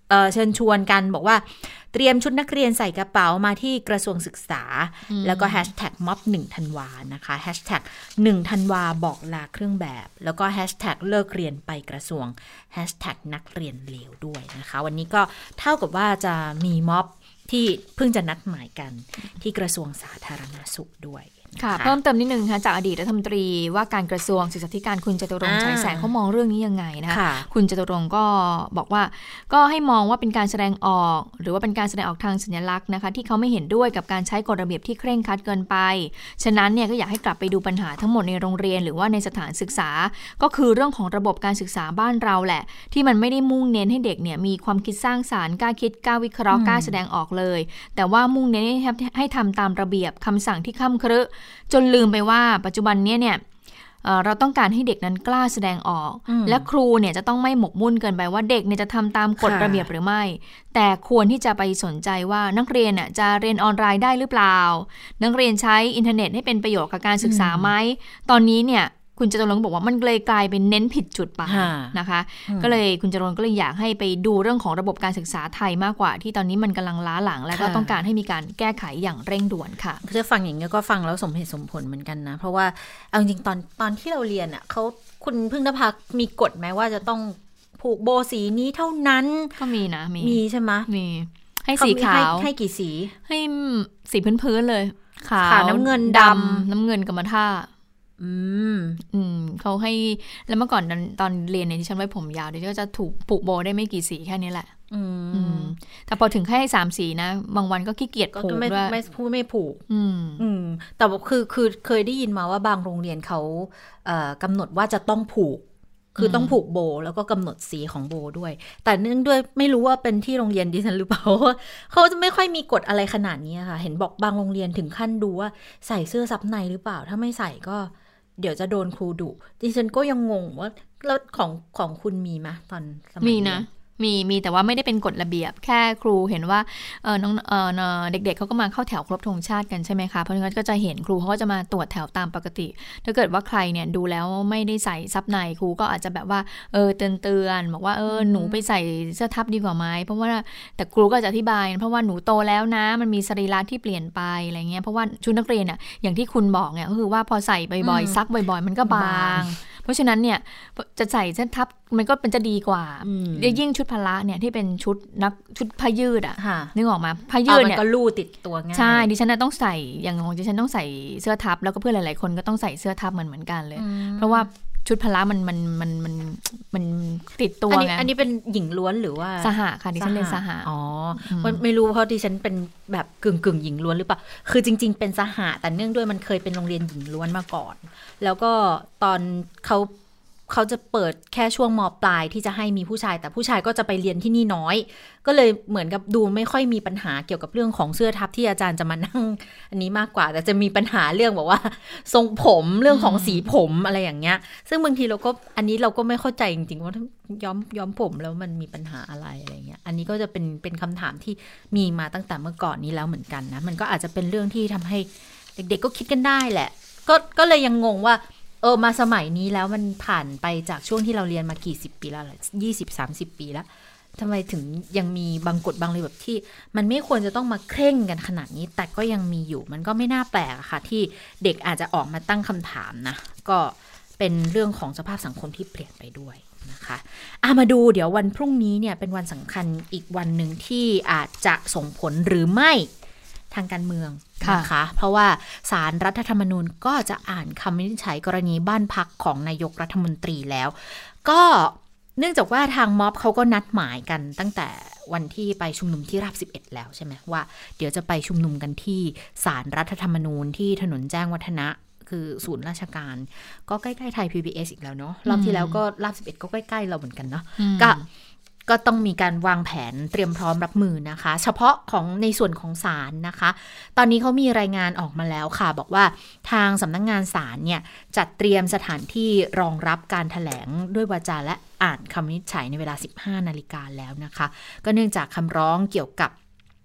เอ่อเชิญชวนกันบอกว่าเตรียมชุดนักเรียนใส่กระเป๋ามาที่กระทรวงศึกษาแล้วก็แฮชแท็กม็อบหนึ่งธันวานะคะแฮชแท็กหนึ่งธันวาบอกลาเครื่องแบบแล้วก็แฮชแท็กเลิกเรียนไปกระทรวงแฮชแท็กนักเรียนเลวด้วยนะคะวันนี้ก็เท่ากับว่าจะมีม็อบที่เพิ่งจะนัดหมายกันที่กระทรวงสาธารณสุขด้วยค่ะเพิ่มเติมนิดนึงค่ะจากอดีตรัฐมนตรีว่าการกระทรวงศึกษาธิการคุณจตุรงค์ฉายแสงเขามองเรื่องนี้ยังไงนะคะคุณจตุรงค์ก็บอกว่าก็ให้มองว่าเป็นการแสดงออกหรือว่าเป็นการแสดงออกทางสัญลักษณ์นะคะที่เขาไม่เห็นด้วยกับการใช้กฎระเบียบที่เคร่งครัดเกินไปฉะนั้นเนี่ยก็อยากให้กลับไปดูปัญหาทั้งหมดในโรงเรียนหรือว่าในสถานศึกษาก็คือเรื่องของระบบการศึกษาบ้านเราแหละที่มันไม่ได้มุ่งเน้นให้เด็กเนี่ยมีความคิดสร้างสรรค์กล้าคิดกล้าวิเคราะห์กล้าแสดงออกเลยแต่ว่ามุ่งเน้นให้ทำตามระเบียบคำสั่งที่ค่ำครึจนลืมไปว่าปัจจุบันนี้เนี่ยเอ่อเราต้องการให้เด็กนั้นกล้าแสดงออกและครูเนี่ยจะต้องไม่หมกมุ่นเกินไปว่าเด็กเนี่ยจะทำตามกฎระเบียบหรือไม่แต่ควรที่จะไปสนใจว่านักเรียนน่ะจะเรียนออนไลน์ได้หรือเปล่านักเรียนใช้อินเทอร์เน็ตให้เป็นประโยชน์กับการศึกษาไหมตอนนี้เนี่ยคุณจตุรงค์บอกว่ามันเลยกลายเป็นเน้นผิดจุดไปนะคะก็เลยคุณจตุรงค์ก็เลยอยากให้ไปดูเรื่องของระบบการศึกษาไทยมากกว่าที่ตอนนี้มันกำลังล้าหลังและก็ต้องการให้มีการแก้ไขอย่างเร่งด่วนค่ะจะฟังอย่างนี้ก็ฟังแล้วสมเหตุสมผลเหมือนกันนะเพราะว่าเอาจริงตอนตอนที่เราเรียนอ่ะเขาคุณพึ่งนภามีกฎไหมว่าจะต้องผูกโบสีนี้เท่านั้นก็มีนะมีมีใช่ไหมมีให้สีขาวให้กี่สีให้สีพื้นๆเลยขาวน้ำเงินดำน้ำเงินกรรมท่าอืมอืมเขาให้แล้วเมื่อก่อนตอนตอนเรียนเนี่ยที่ฉันไว้ผมยาวเดี๋ยวก็จะถูกผูกโบได้ไม่กี่สีแค่นี้แหละอืมแต่พอถึงแค่สามสีนะบางวันก็ขี้เกียจผูกด้วยไม่พูดไม่ผูกอืมอืมแต่คือคือเคยได้ยินมาว่าบางโรงเรียนเขาเอ่อกำหนดว่าจะต้องผูกคือต้องผูกโบแล้วก็กำหนดสีของโบด้วยแต่เนื่องด้วยไม่รู้ว่าเป็นที่โรงเรียนดิฉันหรือเปล่าเขาจะไม่ค่อยมีกฎอะไรขนาดนี้ค่ะเห็นบอกบางโรงเรียนถึงขั้นดูว่าใส่เสื้อซับในหรือเปล่าถ้าไม่ใส่ก็เดี๋ยวจะโดนครูดุดิฉันก็ยังงงว่าแล้วของของคุณมีไหมตอนสมัยมีนะมีมีแต่ว่าไม่ได้เป็นกฎระเบียบแค่ครูเห็นว่าเออน้องเออเด็กๆเขาก็มาเข้าแถวครบธงชาติกันใช่ไหมคะเพราะฉะนั้นก็จะเห็นครูเขาก็จะมาตรวจแถวตามปกติถ้าเกิดว่าใครเนี่ยดูแล้วไม่ได้ใส่ซับในครูก็อาจจะแบบว่าเออเตือนเตือนบอกว่าเออหนูไปใส่เสื้อทับดีกว่าไหมเพราะว่าแต่ครูก็จะอธิบายเพราะว่าหนูโตแล้วนะมันมีสรีระที่เปลี่ยนไปอะไรเงี้ยเพราะว่าชุดนักเรียนอ่ะอย่างที่คุณบอกเนี่ยก็คือว่าพอใส่บ่อยๆซักบ่อยๆมันก็บางเพราะฉะนั้นเนี่ยจะใส่เสื้อทับมันก็เป็นจะดีกว่ายิ่งชุดพละเนี่ยที่เป็นชุดนักชุดผ้ายืดอ่ะนึกออกมาผ้ายืดเนี่ยก็ลู่ติดตัวง่ายใช่ดิฉันต้องใส่อย่างของดิฉันต้องใส่เสื้อทับแล้วก็เพื่อนหลายๆคนก็ต้องใส่เสื้อทับเหมือนเหมือนกันเลยเพราะว่าชุดพละมันมันมันมันมันติดตัวไงอันนี้เป็นหญิงล้วนหรือว่าสหะค่ะดิฉันเรียนสหะอ๋อไม่รู้เพราะดิฉันเป็นแบบกึ่งกึ่งหญิงล้วนหรือเปล่าคือจริงๆเป็นสหะแต่เนื่องด้วยมันเคยเป็นโรงเรียนหญิงล้วนมาก่อนแล้วก็ตอนเขาเขาจะเปิดแค่ช่วงม.ปลายที่จะให้มีผู้ชายแต่ผู้ชายก็จะไปเรียนที่นี่น้อยก็เลยเหมือนกับดูไม่ค่อยมีปัญหาเกี่ยวกับเรื่องของเสื้อทับที่อาจารย์จะมานั่งอันนี้มากกว่าแต่จะมีปัญหาเรื่องแบบว่าทรงผมเรื่องของสีผมอะไรอย่างเงี้ยซึ่งบางทีเราก็อันนี้เราก็ไม่เข้าใจจริงๆว่าย้อมย้อมผมแล้วมันมีปัญหาอะไรอะไรเงี้ยอันนี้ก็จะเป็นเป็นคำถามที่มีมาตั้งแต่เมื่อก่อนนี้แล้วเหมือนกันนะมันก็อาจจะเป็นเรื่องที่ทำให้เด็กๆก็คิดกันได้แหละก็ก็เลยยังงงว่าเออมาสมัยนี้แล้วมันผ่านไปจากช่วงที่เราเรียนมากี่สิบปีแล้วยี่สิบสามสิบปีแล้วทำไมถึงยังมีบางกฎบางระเบียบที่มันไม่ควรจะต้องมาเคร่งกันขนาดนี้แต่ก็ยังมีอยู่มันก็ไม่น่าแปลกค่ะที่เด็กอาจจะออกมาตั้งคำถามนะก็เป็นเรื่องของสภาพสังคมที่เปลี่ยนไปด้วยนะคะอ่ะมาดูเดี๋ยววันพรุ่งนี้เนี่ยเป็นวันสำคัญอีกวันหนึ่งที่อาจจะส่งผลหรือไม่ทางการเมืองนะคะเพราะว่าศาลรัฐธรรมนูญก็จะอ่านคำวินิจฉัยกรณีบ้านพักของนายกรัฐมนตรีแล้วก็เนื่องจากว่าทางม็อบเขาก็นัดหมายกันตั้งแต่วันที่ไปชุมนุมที่ราบสิบเอ็ดแล้วใช่ไหมว่าเดี๋ยวจะไปชุมนุมกันที่ศาลรัฐธรรมนูญที่ถนนแจ้งวัฒนะคือศูนย์ราชการก็ใกล้ๆไทย พี บี เอส อีกแล้วเนาะรอบที่แล้วก็ราบสิบเอ็ดก็ใกล้ๆเราเหมือนกันเนาะก็ก็ต้องมีการวางแผนเตรียมพร้อมรับมือนะคะเฉพาะของในส่วนของศาลนะคะตอนนี้เขามีรายงานออกมาแล้วค่ะบอกว่าทางสำนักงานศาลเนี่ยจัดเตรียมสถานที่รองรับการแถลงด้วยวาจาและอ่านคำวินิจฉัยในเวลา สิบห้านาฬิกาแล้วนะคะก็เนื่องจากคำร้องเกี่ยวกับ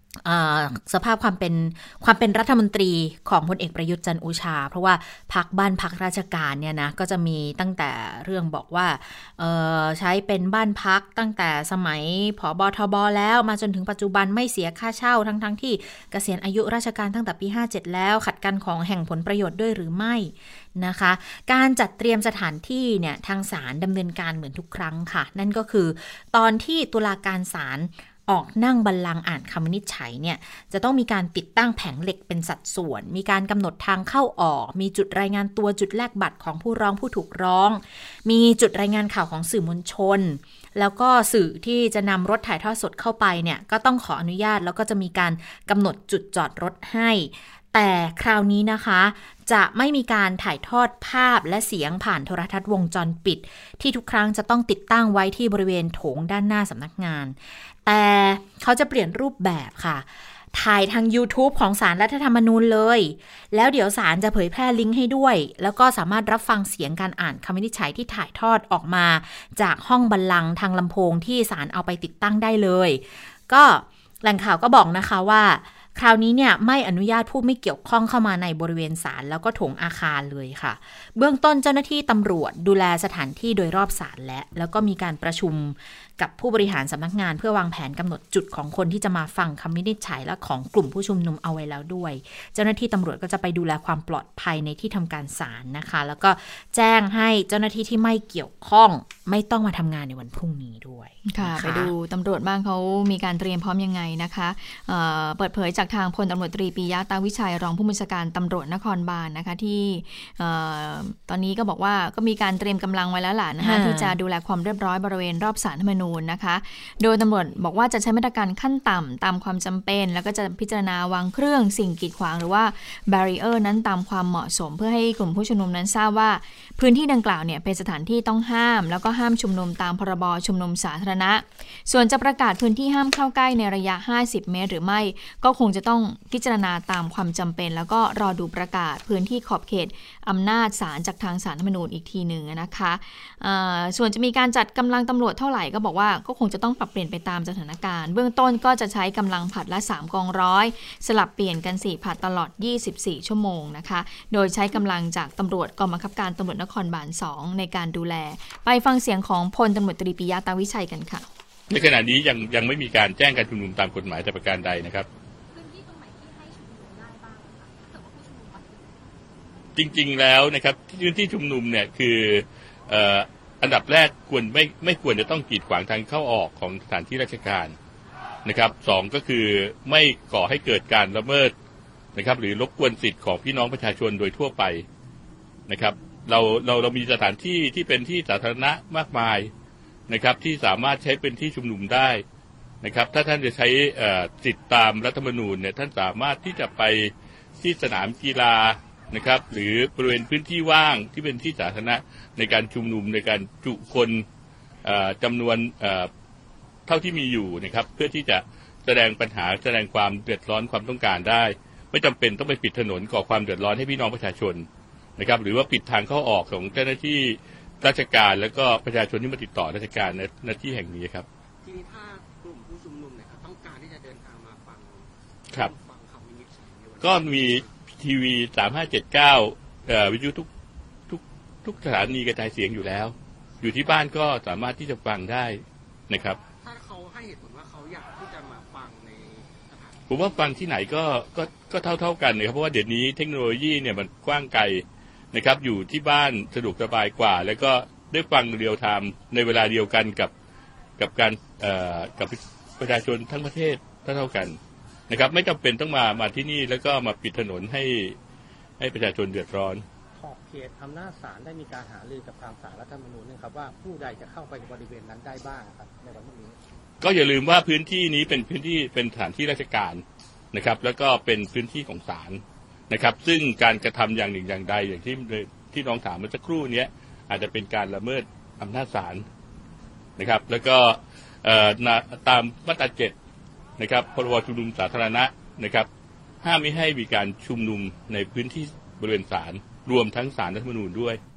สภาพความเป็นความเป็นรัฐมนตรีของพลเอกประยุทธ์จันทร์โอชาเพราะว่าพักบ้านพักราชการเนี่ยนะก็จะมีตั้งแต่เรื่องบอกว่าใช้เป็นบ้านพักตั้งแต่สมัยผบทบแล้วมาจนถึงปัจจุบันไม่เสียค่าเช่าทั้งๆ ท, ที่เกษียณอายุราชการตั้งแต่ปีห้าเจ็ดแล้วขัดกันของแห่งผลประโยชน์ด้วยหรือไม่นะคะการจัดเตรียมสถานที่เนี่ยทางศาลดำเนินการเหมือนทุกครั้งค่ะนั่นก็คือตอนที่ตุลาการศาลออกนั่งบัลลังก์อ่านคำวินิจฉัยเนี่ยจะต้องมีการติดตั้งแผงเหล็กเป็นสัดส่วนมีการกำหนดทางเข้าออกมีจุดรายงานตัวจุดแลกบัตรของผู้ร้องผู้ถูกร้องมีจุดรายงานข่าวของสื่อมวลชนแล้วก็สื่อที่จะนำรถถ่ายทอดสดเข้าไปเนี่ยก็ต้องขออนุญาตแล้วก็จะมีการกำหนดจุดจอดรถให้แต่คราวนี้นะคะจะไม่มีการถ่ายทอดภาพและเสียงผ่านโทรทัศน์วงจรปิดที่ทุกครั้งจะต้องติดตั้งไว้ที่บริเวณโถงด้านหน้าสำนักงานแต่เขาจะเปลี่ยนรูปแบบค่ะถ่ายทาง YouTube ของศาลรัฐธรรมนูญเลยแล้วเดี๋ยวศาลจะเผยแพร่ลิงก์ให้ด้วยแล้วก็สามารถรับฟังเสียงการอ่านคำวินิจฉัยที่ถ่ายทอดออกมาจากห้องบัลลังก์ทางลำโพงที่ศาลเอาไปติดตั้งได้เลยก็แหล่งข่าวก็บอกนะคะว่าคราวนี้เนี่ยไม่อนุญาตผู้ไม่เกี่ยวข้องเข้ามาในบริเวณศาลแล้วก็โถงอาคารเลยค่ะเบื้องต้นเจ้าหน้าที่ตำรวจดูแลสถานที่โดยรอบศาลและแล้วก็มีการประชุมกับผู้บริหารสำนักงานเพื่อวางแผนกำหนดจุดของคนที่จะมาฟังคำวินิจฉัยและของกลุ่มผู้ชุมนุมเอาไว้แล้วด้วยเจ้าหน้าที่ตำรวจก็จะไปดูแลความปลอดภัยในที่ทำการศาลนะคะแล้วก็แจ้งให้เจ้าหน้าที่ที่ไม่เกี่ยวข้องไม่ต้องมาทำงานในวันพรุ่งนี้ด้วยค่ะไปดูตำรวจบ้างเขามีการเตรียมพร้อมยังไงนะคะเอ่อเปิดเผยจากทางพลตำรวจตรีปิยะตาวิชัยรองผู้บัญชาการตำรวจนครบาล น, นะคะที่เอ่อตอนนี้ก็บอกว่าก็มีการเตรียมกำลังไว้แล้วล่ะนะคะที่จะดูแลความเรียบร้อยบริเวณรอบศาลรัฐธรรมนูญนะคะโดยตำรวจบอกว่าจะใช้มาตรการขั้นต่ำตามความจำเป็นแล้วก็จะพิจารณาวางเครื่องสิ่งกีดขวางหรือว่าแบรีเออร์นั้นตามความเหมาะสมเพื่อให้กลุ่มผู้ชุมนุมนั้นทราบว่าพื้นที่ดังกล่าวเนี่ยเป็นสถานที่ต้องห้ามแล้วก็ห้ามชุมนุมตามพรบชุมนุมสาธารณะส่วนจะประกาศพื้นที่ห้ามเข้าใกล้ในระยะห้าสิบเมตรหรือไม่ก็คงจะต้องพิจารณาตามความจำเป็นแล้วก็รอดูประกาศพื้นที่ขอบเขตอำนาจศาลจากทางศาลรัฐธรรมนูญอีกทีหนึ่งนะคะส่วนจะมีการจัดกำลังตำรวจเท่าไหร่ก็บอกว่าก็คงจะต้องปรับเปลี่ยนไปตามสถานการณ์เบื้องต้นก็จะใช้กำลังผลัดละสามกองร้อยสลับเปลี่ยนกันสี่ผลัดตลอดยี่สิบสี่ชั่วโมงนะคะโดยใช้กำลังจากตำรวจกองบังคับการตำรวจนครบาลสองในการดูแลไปฟังเสียงของพลตำรวจตรีปิยะตาวิชัยกันค่ะในขณะนี้ยังยังไม่มีการแจ้งการชุมนุมตามกฎหมายแต่ประการใดนะครับพื้นที่ตรงไหนที่ให้ชุมนุมได้บ้างคะถ้าเกิดว่าผู้ชุมนุมมาจริงๆแล้วนะครับพื้นที่ชุมนุมเนี่ยคือเอ่ออันดับแรกควรไม่ไม่ควรจะต้องกีดขวางทางเข้าออกของสถานที่ราชการนะครับสองก็คือไม่ก่อให้เกิดการละเมิดนะครับหรือรบกวนสิทธิ์ของพี่น้องประชาชนโดยทั่วไปนะครับเราเราเรามีสถานที่ที่เป็นที่สาธารณะมากมายนะครับที่สามารถใช้เป็นที่ชุมนุมได้นะครับถ้าท่านจะใช้สิทธิตามรัฐธรรมนูญเนี่ยท่านสามารถที่จะไปที่สนามกีฬานะครับหรือบริเวณพื้นที่ว่างที่เป็นที่สาธารณะในการชุมนุมในการจุคนจำนวนเท่าที่มีอยู่นะครับเพื่อที่จะแสดงปัญหาแสดงความเดือดร้อนความต้องการได้ไม่จำเป็นต้องไปปิดถนนก่อความเดือดร้อนให้พี่น้องประชาชนนะครับหรือว่าปิดทางเข้าออกของเจ้าหน้าที่ราชการแล้วก็ประชาชนที่มาติดต่อราชการในหน้าที่แห่งนี้ครับทีนี้ถ้ากลุ่มผู้ชุมนุมเนี่ยต้องการที่จะเดินทางมาฟังครับฟังคำวินิจฉัยก็มีทีวีสามห้าเจ็ดเก้าวิทยุทุกทุกทุกสถานีกระจายเสียงอยู่แล้วอยู่ที่บ้านก็สามารถที่จะฟังได้นะครับถ้าเขาให้เหตุผลว่าเขาอยากที่จะมาฟังในสถานผมว่าฟังที่ไหนก็ก็ก็เท่าเท่ากันเลยครับเพราะว่าเดี๋ยวนี้เทคโนโลยีเนี่ยมันกว้างไกลนะครับอยู่ที่บ้านสะดวกสบายกว่าแล้วก็ได้ฟังเรียลไทม์ในเวลาเดียวกันกับกับการเอ่อกับประชาชนทั้งประเทศเท่าเท่ากันนะครับไม่จำเป็นต้องมามาที่นี่แล้วก็มาปิดถนนให้ให้ประชาชนเดือดร้อนขอบเขตอำนาจศาลได้มีการหารือกับทางศาลรัฐธรรมนูญนะครับว่าผู้ใดจะเข้าไปบริเวณนั้นได้บ้างครับในวันนี้ก็อย่าลืมว่าพื้นที่นี้เป็นพื้นที่เป็นสถานที่ราชการนะครับแล้วก็เป็นพื้นที่ของศาลนะครับซึ่งการกระทำอย่างหนึ่งอย่างใดอย่างที่ที่น้องถามเมื่อสักครู่นี้อาจจะเป็นการละเมิดอำนาจศาลนะครับแล้วก็ตามมาตราเจ็ดนะครับพรบชุมนุมสาธารณะนะครับห้ามไม่ให้มีการชุมนุมในพื้นที่บริเวณศาลรวมทั้งศาลรัฐธรรมนูญด้วย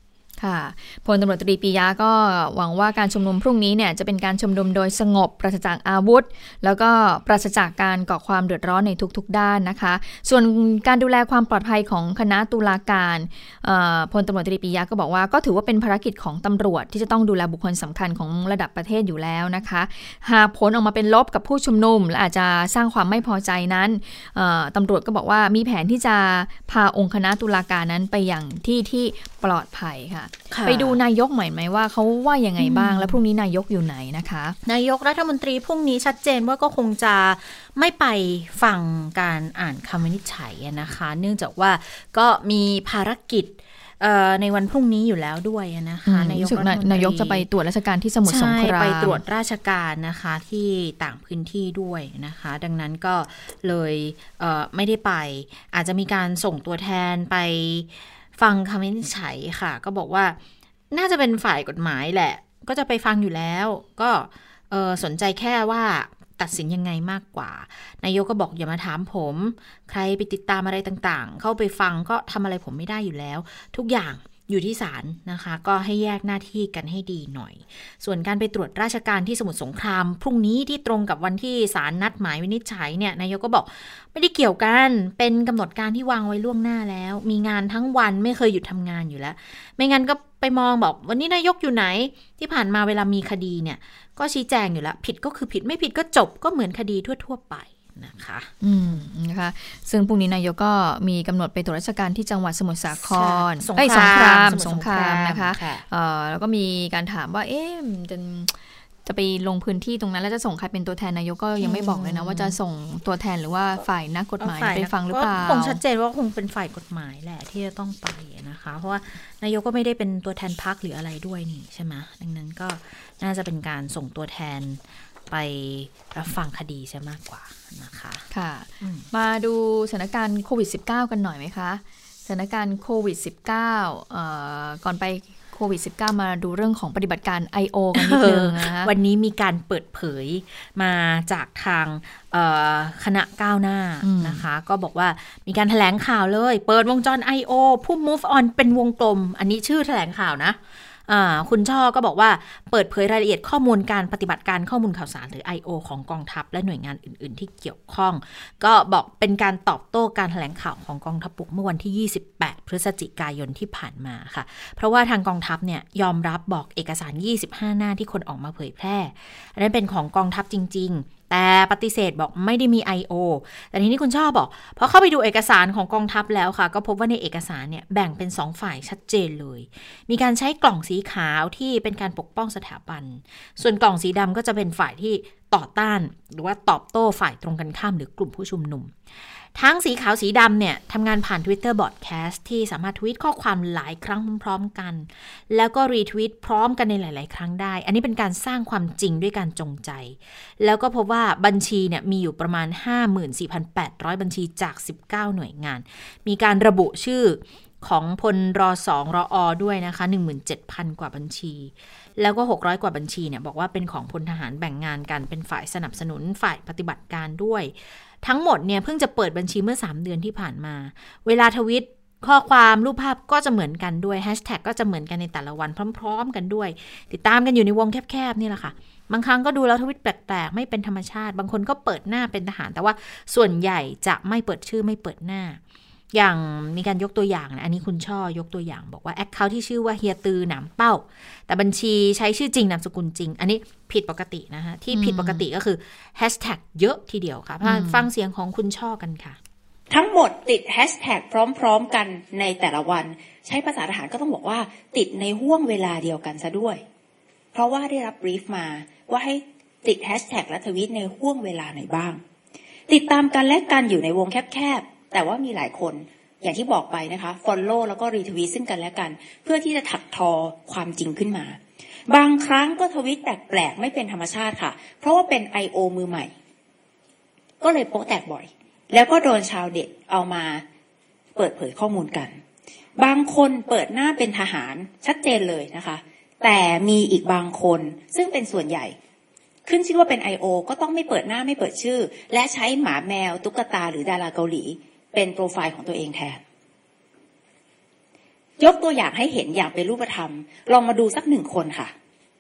ค่ะพลตำรวจตรีปิยะก็หวังว่าการชุมนุมพรุ่งนี้เนี่ยจะเป็นการชุมนุมโดยสงบปราศจากอาวุธแล้วก็ปราศจากการก่อความเดือดร้อนในทุกๆด้านนะคะส่วนการดูแลความปลอดภัยของคณะตุลาการพลตำรวจตรีปิยะก็บอกว่าก็ถือว่าเป็นภารกิจของตำรวจที่จะต้องดูแลบุคคลสำคัญของระดับประเทศอยู่แล้วนะคะหากผลออกมาเป็นลบกับผู้ชุมนุมและอาจจะสร้างความไม่พอใจนั้นตำรวจก็บอกว่ามีแผนที่จะพาองค์คณะตุลาการนั้นไปอย่างที่ที่ปลอดภัยค่ะไปดูนายกหน่อยไหมว่าเขาว่ายังไงบ้างและพรุ่งนี้นายกอยู่ไหนนะคะนายกรัฐมนตรีพรุ่งนี้ชัดเจนว่าก็คงจะไม่ไปฟังการอ่านคำวินิจฉัยนะคะเนื่องจากว่าก็มีภารกิจในวันพรุ่งนี้อยู่แล้วด้วยนะคะนายกรัฐมนตรีนายกจะไปตรวจราชการที่สมุทรสงครามไปตรวจราชการนะคะที่ต่างพื้นที่ด้วยนะคะดังนั้นก็เลยเอ่อไม่ได้ไปอาจจะมีการส่งตัวแทนไปฟังคำวินิจฉัยค่ะก็บอกว่าน่าจะเป็นฝ่ายกฎหมายแหละก็จะไปฟังอยู่แล้วก็เอ่อสนใจแค่ว่าตัดสินยังไงมากกว่านายกก็บอกอย่ามาถามผมใครไปติดตามอะไรต่างๆเข้าไปฟังก็ทำอะไรผมไม่ได้อยู่แล้วทุกอย่างอยู่ที่ศาลนะคะก็ให้แยกหน้าที่กันให้ดีหน่อยส่วนการไปตรวจราชการที่สมุทรสงครามพรุ่งนี้ที่ตรงกับวันที่ศาลนัดหมายวินิจฉัยเนี่ยนายกก็บอกไม่ได้เกี่ยวกันเป็นกำหนดการที่วางไว้ล่วงหน้าแล้วมีงานทั้งวันไม่เคยหยุดทำงานอยู่แล้วไม่งั้นก็ไปมองบอกวันนี้นายกอยู่ไหนที่ผ่านมาเวลามีคดีเนี่ยก็ชี้แจงอยู่แล้วผิดก็คือผิดไม่ผิดก็จบก็เหมือนคดีทั่วๆไปนะคะอืมนะคะซึ่งพรุ่งนี้นายกก็มีกำหนดไปตรวจราชการที่จังหวัดสมุทรสาครสงครามสงครามนะคะเอ่อแล้วก็มีการถามว่าเอ๊ะจะจะไปลงพื้นที่ตรงนั้นแล้วจะส่งใครเป็นตัวแทนนายกก็ยังไม่บอกเลยนะว่าจะส่งตัวแทนหรือว่าฝ่ายนักกฎหมายไปฟังหรือเปล่าคงชัดเจนว่าคงเป็นฝ่ายกฎหมายแหละที่จะต้องไปนะคะเพราะว่านายกก็ไม่ได้เป็นตัวแทนพรรคหรืออะไรด้วยนี่ใช่ไหมดังนั้นก็น่าจะเป็นการส่งตัวแทนไปรับฟังคดีใช่มากกว่านะคะค่ะมาดูสถานการณ์โควิด สิบเก้า กันหน่อยไหมคะสถานการณ์โควิด สิบเก้า เอ่อก่อนไปโควิด สิบเก้า มาดูเรื่องของปฏิบัติการ ไอ โอ กันนิดนึงนะคะวันนี้มีการเปิดเผยมาจากทางคณะก้าวหน้านะคะก็บอกว่ามีการแถลงข่าวเลยเปิดวงจร ไอ โอ ผู้ move on เป็นวงกลมอันนี้ชื่อแถลงข่าวนะคุณช่อก็บอกว่าเปิดเผยรายละเอียดข้อมูลการปฏิบัติการข้อมูลข่าวสารหรือ ไอ โอ ของกองทัพและหน่วยงานอื่นๆที่เกี่ยวข้องก็บอกเป็นการตอบโต้การแถลงข่าวของกองทัพบกเมื่อวันที่ยี่สิบแปดพฤศจิกายนที่ผ่านมาค่ะเพราะว่าทางกองทัพเนี่ยยอมรับบอกเอกสารยี่สิบห้าหน้าที่คนออกมาเผยแพร่อันนั้นเป็นของกองทัพจริงๆแต่ปฏิเสธบอกไม่ได้มี ไอ โอ แต่ทีนี้คุณชอบบอกพอเข้าไปดูเอกสารของกองทัพแล้วค่ะก็พบว่าในเอกสารเนี่ยแบ่งเป็นสองฝ่ายชัดเจนเลยมีการใช้กล่องสีขาวที่เป็นการปกป้องสถาบันส่วนกล่องสีดำก็จะเป็นฝ่ายที่ต่อต้านหรือว่าตอบโต้ฝ่ายตรงกันข้ามหรือกลุ่มผู้ชุมนุมทั้งสีขาวสีดำเนี่ยทำงานผ่าน Twitter Broadcast ที่สามารถทวีตข้อความหลายครั้งพร้อมๆกันแล้วก็รีทวีตพร้อมกันในหลายๆครั้งได้อันนี้เป็นการสร้างความจริงด้วยการจงใจแล้วก็พบว่าบัญชีเนี่ยมีอยู่ประมาณ ห้าหมื่นสี่พันแปดร้อย บัญชีจากสิบเก้าหน่วยงานมีการระบุชื่อของพลรสองรอด้วยนะคะ หนึ่งหมื่นเจ็ดพัน กว่าบัญชีแล้วก็หกร้อยกว่าบัญชีเนี่ยบอกว่าเป็นของพลทหารแบ่งงานกันเป็นฝ่ายสนับสนุนฝ่ายปฏิบัติการด้วยทั้งหมดเนี่ยเพิ่งจะเปิดบัญชีเมื่อสามเดือนที่ผ่านมาเวลาทวิตข้อความรูปภาพก็จะเหมือนกันด้วยแฮชแท็กก็จะเหมือนกันในแต่ละวันพร้อมๆกันด้วยติดตามกันอยู่ในวงแคบๆนี่แหละค่ะบางครั้งก็ดูแล้วทวิตแปลกๆไม่เป็นธรรมชาติบางคนก็เปิดหน้าเป็นทหารแต่ว่าส่วนใหญ่จะไม่เปิดชื่อไม่เปิดหน้าอย่างมีการยกตัวอย่างนะอันนี้คุณช่อยกตัวอย่างบอกว่าแอคเคาท์ที่ชื่อว่าเฮียตือหนามเป้าแต่บัญชีใช้ชื่อจริงนามสกุลจริงอันนี้ผิดปกตินะคะที่ผิดปกติก็คือแฮชแท็กเยอะทีเดียวค่ะฟังเสียงของคุณช่อกันค่ะทั้งหมดติดแฮชแท็กพร้อมๆกันในแต่ละวันใช้ภาษาทหารก็ต้องบอกว่าติดในห่วงเวลาเดียวกันซะด้วยเพราะว่าได้รับบรีฟมาว่าให้ติดแฮชแท็กและทวีตในห่วงเวลาไหนบ้างติดตามกันและกันอยู่ในวงแคบแต่ว่ามีหลายคนอย่างที่บอกไปนะคะ follow แล้วก็ retweet ซึ่งกันและกันเพื่อที่จะถักทอความจริงขึ้นมาบางครั้งก็ทวีตแปลกๆไม่เป็นธรรมชาติค่ะเพราะว่าเป็น ไอ โอ มือใหม่ก็เลยโป๊ะแตกบ่อยแล้วก็โดนชาวเด็ดเอามาเปิดเผยข้อมูลกันบางคนเปิดหน้าเป็นทหารชัดเจนเลยนะคะแต่มีอีกบางคนซึ่งเป็นส่วนใหญ่ขึ้นชื่อว่าเป็น ไอ โอ ก็ต้องไม่เปิดหน้าไม่เปิดชื่อและใช้หมาแมวตุ๊กตาหรือดาราเกาหลีเป็นโปรไฟล์ของตัวเองแทนยกตัวอย่างให้เห็นอย่างเป็นรูปธรรมลองมาดูสักหนึ่งคนค่ะ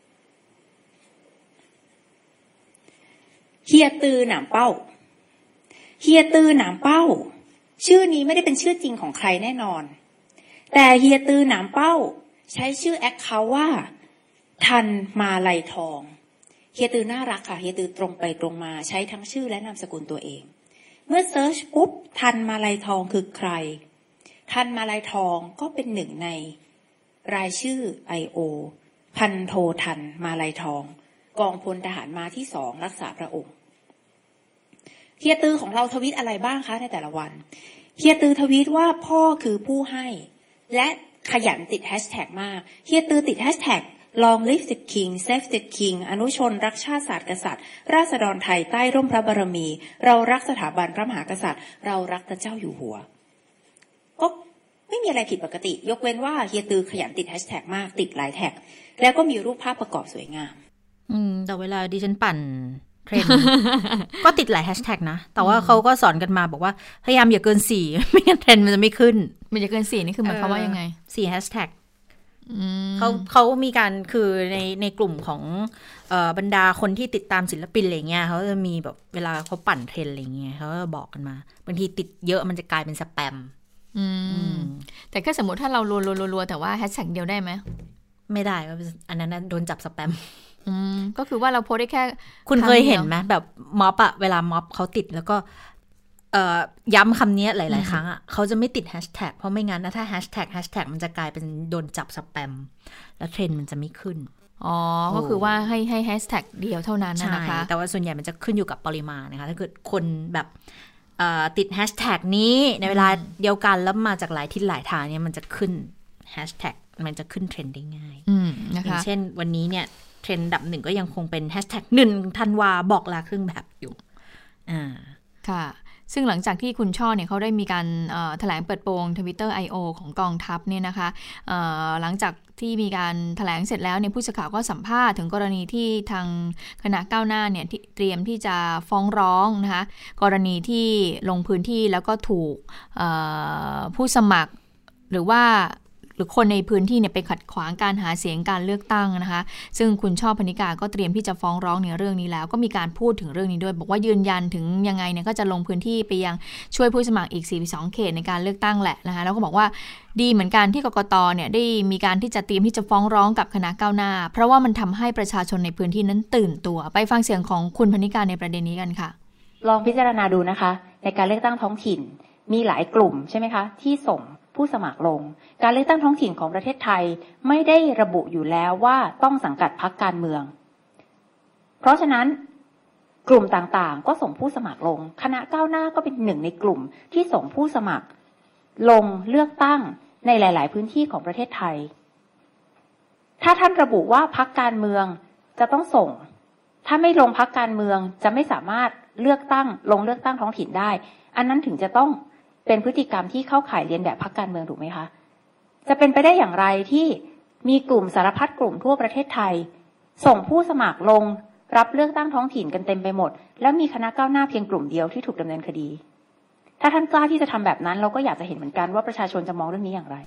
เฮียตือหนามเป้าเฮียตือหนามเป้าชื่อนี้ไม่ได้เป็นชื่อจริงของใครแน่นอนแต่เฮียตือหนามเป้าใช้ชื่อแอคเคาท์ว่าทันมาลัยทองเฮียตือน่ารักค่ะเฮียตือตรงไปตรงมาใช้ทั้งชื่อและนามสกุลตัวเองเมื่อเซิร์ชปุ๊บทันมาลัยทองคือใครทันมาลัยทองก็เป็นหนึ่งในรายชื่อ ไอ โอ พันโททันมาลัยทองกองพลทหารมาที่สองรักษาพระองค์เฮียตือของเราทวีตอะไรบ้างคะในแต่ละวันเฮียตือทวีตว่าพ่อคือผู้ให้และขยันติดแฮชแท็กมากเฮียตือติดแฮชแท็ก Long live the king save the king อนุชนรักชาติศาสตร์กษัตริย์ราษฎรไทยใต้ร่มพระบารมีเรารักสถาบันพระมหากษัตริย์เรารักพระเจ้าอยู่หัวก็ไม่มีอะไรผิดปกติยกเว้นว่าเฮียตือขยันติดแฮชแท็กมากติดหลายแท็กแล้วก็มีรูปภาพประกอบสวยงามอืมแต่เวลาดิฉันปั่นเทรนด์ ก็ติดหลายแฮชแท็กนะแต่ว่าเขาก็สอนกันมาบอกว่าพยายามอย่าเกินสี่ไม่งั้นเทรนด์มันจะไม่ขึ้นมันจะเกินสี่นี่คือหมายความว่ายังไงสี่แฮชแท็กเขาเขามีการคือในในกลุ่มของเอ่อบรรดาคนที่ติดตามศิลปินอะไรเงี้ยเขาจะมีแบบเวลาเขาปั่นเทรนด์อะไรเงี้ยเขาจะบอกกันมาบางทีติดเยอะมันจะกลายเป็นสแปมอืมแต่แค่สมมติถ้าเรารัวๆๆแต่ว่าแฮชแท็กเดียวได้ไหมไม่ได้อันนั้นโดนจับสแปมอืมก็คือว่าเราโพสได้แค่คุณเคยเห็นไหมแบบม็อบอะเวลาม็อบเขาติดแล้วก็เอ่อย้ำคำนี้หลายๆครั้งอะเขาจะไม่ติดแฮชแท็กเพราะไม่งั้นนะถ้าแฮชแท็กแฮชแท็กมันจะกลายเป็นโดนจับสแปมแล้วเทรนด์มันจะไม่ขึ้นอ๋อก็คือว่าให้ให้แฮชแท็กเดียวเท่านั้นนะคะแต่ว่าส่วนใหญ่มันจะขึ้นอยู่กับปริมาณนะคะถ้าเกิดคนแบบติดแฮชแท็กนี้ในเวลาเดียวกันแล้วมาจากหลายทิศหลายทางเนี่ยมันจะขึ้นแฮชแท็กมันจะขึ้นเทรนด์ได้ง่ายอย่างเช่นวันนี้เนี่ยเทรนด์ดับหนึ่งก็ยังคงเป็นแฮชแท็กหนึ่งธันวาบอกลาเครื่องแบบอยู่อ่าค่ะซึ่งหลังจากที่คุณช่อเนี่ยเขาได้มีการแถลงเปิดโปง Twitter ไอ โอ ของกองทัพเนี่ยนะคะหลังจากที่มีการแถลงเสร็จแล้วเนี่ยผู้สื่อข่าวก็สัมภาษณ์ถึงกรณีที่ทางคณะก้าวหน้าเนี่ยเตรียมที่จะฟ้องร้องนะคะกรณีที่ลงพื้นที่แล้วก็ถูกผู้สมัครหรือว่าหรือคนในพื้นที่เนี่ยไปขัดขวางการหาเสียงการเลือกตั้งนะคะซึ่งคุณช่อพนิกาก็เตรียมที่จะฟ้องร้องในเรื่องนี้แล้วก็มีการพูดถึงเรื่องนี้ด้วยบอกว่ายืนยันถึงยังไงเนี่ยก็จะลงพื้นที่ไปยังช่วยผู้สมัครอีกสี่สิบสองเขตในการเลือกตั้งแหละนะคะแล้วก็บอกว่าดีเหมือนกันที่กกตเนี่ยได้มีการที่จะเตรียมที่จะฟ้องร้องกับคณะก้าวหน้าเพราะว่ามันทำให้ประชาชนในพื้นที่นั้นตื่นตัวไปฟังเสียงของคุณพนิกาในประเด็นนี้กันค่ะลองพิจารณาดูนะคะในการเลือกตั้งท้องถิ่นมีหลายกลุ่มใช่ไหมคะที่ส่งผู้สมัครลงการเลือกตั้งท้องถิ่นของประเทศไทยไม่ได้ระบุอยู่แล้วว่าต้องสังกัดพรรคการเมืองเพราะฉะนั้นกลุ่มต่างๆก็ส่งผู้สมัครลงคณะก้าวหน้าก็เป็นหนึ่งในกลุ่มที่ส่งผู้สมัครลงเลือกตั้งในหลายๆพื้นที่ของประเทศไทยถ้าท่านระบุว่าพรรคการเมืองจะต้องส่งถ้าไม่ลงพรรคการเมืองจะไม่สามารถเลือกตั้งลงเลือกตั้งท้องถิ่นได้อันนั้นถึงจะต้องเป็นพฤติกรรมที่เข้าข่ายเลียนแบบพรรคการเมืองถูกไหมคะจะเป็นไปได้อย่างไรที่มีกลุ่มสารพัดกลุ่มทั่วประเทศไทยส่งผู้สมัครลงรับเลือกตั้งท้องถิ่นกันเต็มไปหมดแล้วมีคณะก้าวหน้าเพียงกลุ่มเดียวที่ถูกดำเนินคดีถ้าท่านกล้าที่จะทำแบบนั้นเราก็อยากจะเห็นเหมือนกันว่าประชาชนจะมองเรื่องนี้อย่างไร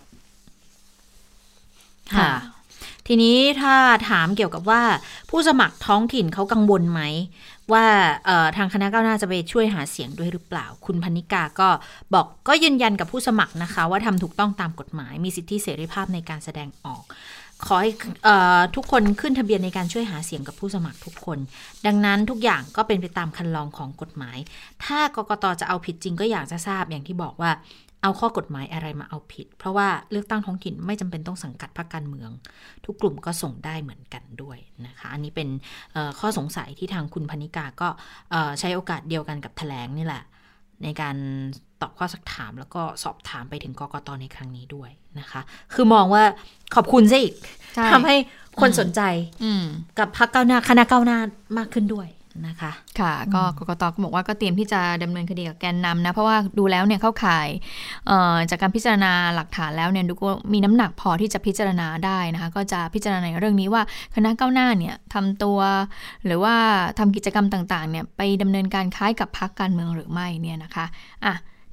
ค่ะทีนี้ถ้าถามเกี่ยวกับว่าผู้สมัครท้องถิ่นเขากังวลไหมว่าทางคณะก้าวหน้าจะไปช่วยหาเสียงด้วยหรือเปล่าคุณพนิกาก็บอกก็ยืนยันกับผู้สมัครนะคะว่าทำถูกต้องตามกฎหมายมีสิทธิเสรีภาพในการแสดงออกขอให้ทุกคนขึ้นทะเบียนในการช่วยหาเสียงกับผู้สมัครทุกคนดังนั้นทุกอย่างก็เป็นไปตามคันลองของกฎหมายถ้ากกต.จะเอาผิดจริงก็อยากจะทราบอย่างที่บอกว่าเอาข้อกฎหมายอะไรมาเอาผิดเพราะว่าเลือกตั้งท้องถิ่นไม่จำเป็นต้องสังกัดพรรคการเมืองทุกกลุ่มก็ส่งได้เหมือนกันด้วยนะคะอันนี้เป็นข้อสงสัยที่ทางคุณพนิกาก็ใช้โอกาสเดียวกันกับแถลงนี่แหละในการตอบข้อสักถามแล้วก็สอบถามไปถึงกกต.ในครั้งนี้ด้วยนะคะคือมองว่าขอบคุณซะอีกทำให้คนสนใจกับพรรคก้าวหน้าคณะก้าวหน้ามากขึ้นด้วยนะคะค่ะก็กกต.ก็บอกว่าก็เตรียมที่จะดำเนินคดีกับแกนนำนะเพราะว่าดูแล้วเนี่ยเข้าข่ายจากการพิจารณาหลักฐานแล้วเนี่ยดูก็มีน้ำหนักพอที่จะพิจารณาได้นะคะก็จะพิจารณาในเรื่องนี้ว่าคณะก้าวหน้าเนี่ยทำตัวหรือว่าทำกิจกรรมต่างๆเนี่ยไปดำเนินการคล้ายกับพรรคการเมืองหรือไม่เนี่ยนะคะอ่ะ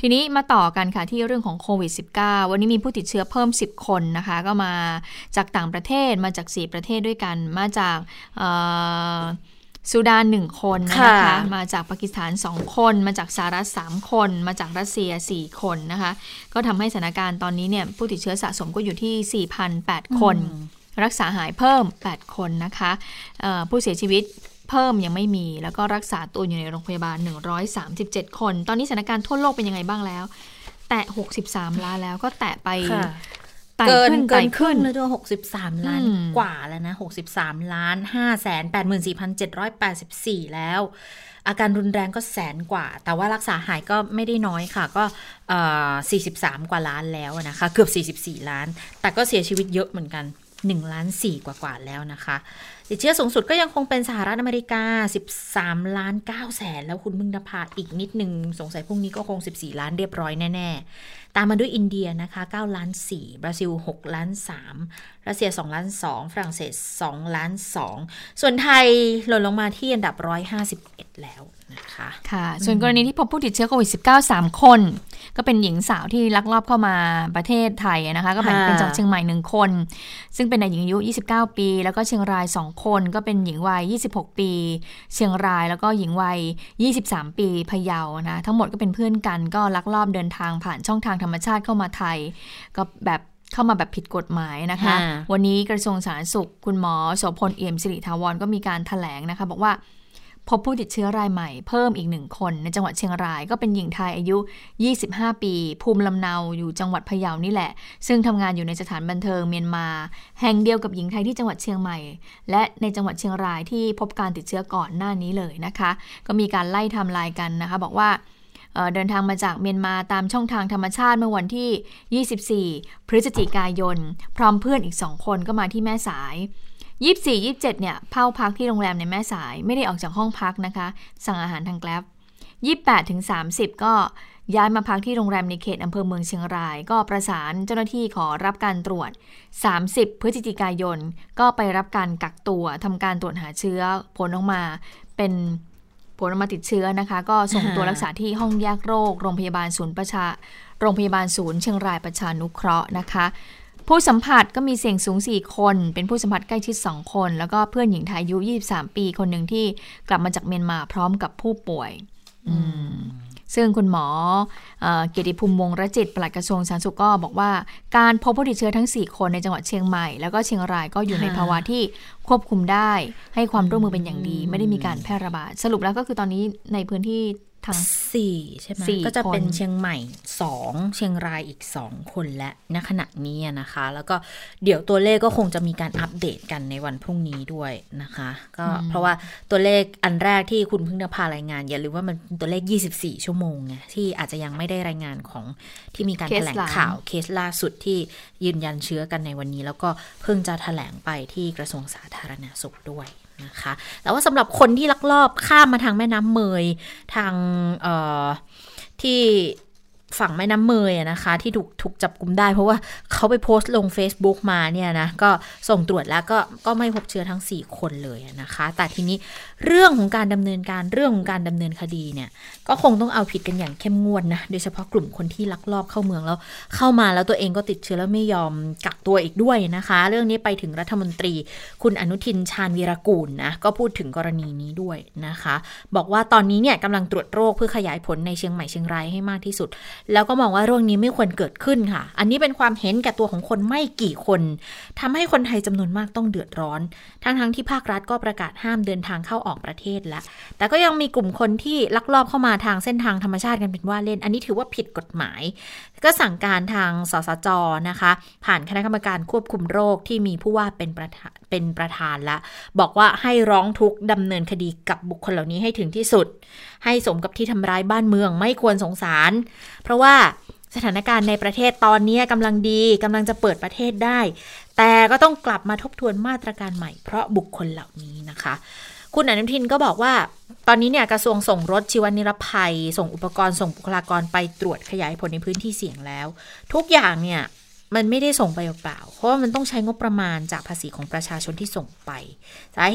ทีนี้มาต่อกันค่ะที่เรื่องของโควิด สิบเก้า วันนี้มีผู้ติดเชื้อเพิ่มสิบคนนะคะก็มาจากต่างประเทศมาจากสี่ประเทศด้วยกันมาจากซูดานหนึ่งคนนะคะมาจากปากีสถานสองคนมาจากสหรัฐสามคนมาจากรัสเซียสี่คนนะคะก็ทำให้สถานการณ์ตอนนี้เนี่ยผู้ติดเชื้อสะสมก็อยู่ที่ สี่พันแปด คนรักษาหายเพิ่มแปดคนนะคะผู้เสียชีวิตเพิ่มยังไม่มีแล้วก็รักษาตัวอยู่ในโรงพยาบาลหนึ่งร้อยสามสิบเจ็ดคนตอนนี้สถานการณ์ทั่วโลกเป็นยังไงบ้างแล้วแตะหกสิบสามล้านแล้วก็แตะไปเกินเกินขึ้นเลยด้วยหกสิบสามล้านกว่าแล้วนะหกสิบสามล้านห้าแสนแปดหมื่นสี่พันเจ็ดร้อยแปดสิบสี่แล้วอาการรุนแรงก็แสนกว่าแต่ว่ารักษาหายก็ไม่ได้น้อยค่ะก็เอ่อสี่สิบสามกว่าล้านแล้วนะคะเกือบสี่สิบสี่ล้านแต่ก็เสียชีวิตเยอะเหมือนกันหนึ่งล้านสี่กว่าๆแล้วนะคะติดเชื้อสูงสุดก็ยังคงเป็นสหรัฐอเมริกาสิบสามล้านเก้าแสนแล้วคุณมึงนภาอีกนิดนึงสงสัยพรุ่งนี้ก็คงสิบสี่ล้านเรียบร้อยแน่ๆตามมาด้วยอินเดียนะคะเก้าล้านสี่บราซิลหกล้านสามรัสเซียสองล้านสองฝรั่งเศสสองล้านสองส่วนไทยหล่นลงมาที่อันดับหนึ่งร้อยห้าสิบเอ็ดแล้วนะคะค่ะส่วนกรณีที่พบผู้ติดเชื้อโควิด สิบเก้า สามคนก็เป็นหญิงสาวที่ลักลอบเข้ามาประเทศไทยนะคะก็แบ่งเป็นจังหวัดเชียงใหม่หนึ่งคนซึ่งเป็นนายหญิงอายุยี่สิบเก้าปีแล้วก็เชียงรายสองคนก็เป็นหญิงวัยยี่สิบหกปีเชียงรายแล้วก็หญิงวัยยี่สิบสามปีพะเยานะทั้งหมดก็เป็นเพื่อนกันก็ลักลอบเดินทางผ่านช่องทางธรรมชาติเข้ามาไทยก็แบบเข้ามาแบบผิดกฎหมายนะคะวันนี้กระทรวงสาธารณสุขคุณหมอโสพลเอี่ยมสิริถาวรก็มีการแถลงนะคะบอกว่าพบผู้ติดเชื้อรายใหม่เพิ่มอีกหนึ่งคนในจังหวัดเชียงรายก็เป็นหญิงไทยอายุยี่สิบห้าปีภูมิลำเนาอยู่จังหวัดพะเยานี่แหละซึ่งทำงานอยู่ในสถานบันเทิงเมียนมาแห่งเดียวกับหญิงไทยที่จังหวัดเชียงใหม่และในจังหวัดเชียงรายที่พบการติดเชื้อก่อนหน้านี้เลยนะคะก็มีการไล่ไทม์ไลน์กันนะคะบอกว่าเอ่อเดินทางมาจากเมียนมาตามช่องทางธรรมชาติเมื่อวันที่ยี่สิบสี่พฤศจิกายนพร้อมเพื่อนอีกสองคนก็มาที่แม่สายยี่สิบสี่ ยี่สิบเจ็ดเนี่ยเข้าพักที่โรงแรมในแม่สายไม่ได้ออกจากห้องพักนะคะสั่งอาหารทางแกร็บยี่สิบแปดถึงสามสิบก็ย้ายมาพักที่โรงแรมในเขตอำเภอเมืองเชียงรายก็ประสานเจ้าหน้าที่ขอรับการตรวจสามสิบพฤศจิกายนก็ไปรับการกักตัวทำการตรวจหาเชื้อผลออกมาเป็นผลออกมาติดเชื้อนะคะก็ส่งตัวรักษาที่ห้องแยกโรคโรงพยาบาลศูนย์ประชาโรงพยาบาลศูนย์เชียงรายประชานุเคราะห์นะคะผู้สัมผัสก็มีเสี่ยงสูงสี่คนเป็นผู้สัมผัสใกล้ชิดสองคนแล้วก็เพื่อนหญิงไทยอายุยี่สิบสามปีคนหนึ่งที่กลับมาจากเมียนมาพร้อมกับผู้ป่วยซึ่งคุณหมอเอ่อเกียรติภูมิวงศ์รจิตปลัดกระทรวงสาธารณสุขก็บอกว่าการพบผู้ติดเชื้อทั้งสี่คนในจังหวัดเชียงใหม่แล้วก็เชียงรายก็อยู่ในภาวะที่ควบคุมได้ให้ความร่วมมือเป็นอย่างดีไม่ได้มีการแพร่ระบาดสรุปแล้วก็คือตอนนี้ในพื้นที่ทั้งสี่ใช่ไหมก็จะเป็นเชียงใหม่สองเชียงรายอีกสองคนและณขณะนี้นะคะแล้วก็เดี๋ยวตัวเลขก็คงจะมีการอัปเดตกันในวันพรุ่งนี้ด้วยนะคะก็เพราะว่าตัวเลขอันแรกที่คุณเพิ่งจะพารายงานอย่าลืมว่ามันตัวเลขยี่สิบสี่ชั่วโมงไงที่อาจจะยังไม่ได้รายงานของที่มีการแถลงข่าวเคสล่าสุดที่ยืนยันเชื้อกันในวันนี้แล้วก็เพิ่งจะแถลงไปที่กระทรวงสาธารณสุขด้วยนะคะแต่ว่าสำหรับคนที่ลักลอบข้ามมาทางแม่น้ำเมยทางเอ่อที่ฝั่งแม่น้ำเมยนะคะที่ถูกถูกจับกุมได้เพราะว่าเขาไปโพสต์ลง Facebook มาเนี่ยนะก็ส่งตรวจแล้วก็ก็ไม่พบเชื้อทั้งสี่คนเลยนะคะแต่ทีนี้เรื่องของการดำเนินการเรื่องของการดำเนินคดีเนี่ยก็คงต้องเอาผิดกันอย่างเข้มงวดนะโดยเฉพาะกลุ่มคนที่ลักลอบเข้าเมืองแล้วเข้ามาแล้วตัวเองก็ติดเชื้อแล้วไม่ยอมกักตัวอีกด้วยนะคะเรื่องนี้ไปถึงรัฐมนตรีคุณอนุทินชาญวีรกูลนะก็พูดถึงกรณีนี้ด้วยนะคะบอกว่าตอนนี้เนี่ยกำลังตรวจโรคเพื่อขยายผลในเชียงใหม่เชียงรายให้มากที่สุดแล้วก็มองว่าเรื่องนี้ไม่ควรเกิดขึ้นค่ะอันนี้เป็นความเห็นแก่ตัวของคนไม่กี่คนทำให้คนไทยจำนวนมากต้องเดือดร้อนทั้งทั้งที่ภาครัฐก็ประกาศห้ามเดินทางเข้าออกประเทศแล้วแต่ก็ยังมีกลุ่มคนที่ลักลอบเข้ามาทางเส้นทางธรรมชาติกันเป็นว่าเล่นอันนี้ถือว่าผิดกฎหมายก็สั่งการทางสสจ.นะคะผ่านคณะกรรมการควบคุมโรคที่มีผู้ว่าเป็นประธานเป็นประธานละบอกว่าให้ร้องทุกข์ดำเนินคดีกับบุคคลเหล่านี้ให้ถึงที่สุดให้สมกับที่ทำร้ายบ้านเมืองไม่ควรสงสารเพราะว่าสถานการณ์ในประเทศตอนนี้กำลังดีกำลังจะเปิดประเทศได้แต่ก็ต้องกลับมาทบทวนมาตรการใหม่เพราะบุคคลเหล่านี้นะคะคุณอนุทินก็บอกว่าตอนนี้เนี่ยกระทรวงส่งรถชีวนิรภัยส่งอุปกรณ์ส่งบุคลากรไปตรวจขยายผลในพื้นที่เสี่ยงแล้วทุกอย่างเนี่ยมันไม่ได้ส่งไปเปล่าเพราะว่ามันต้องใช้งบประมาณจากภาษีของประชาชนที่ส่งไปสาเหตุ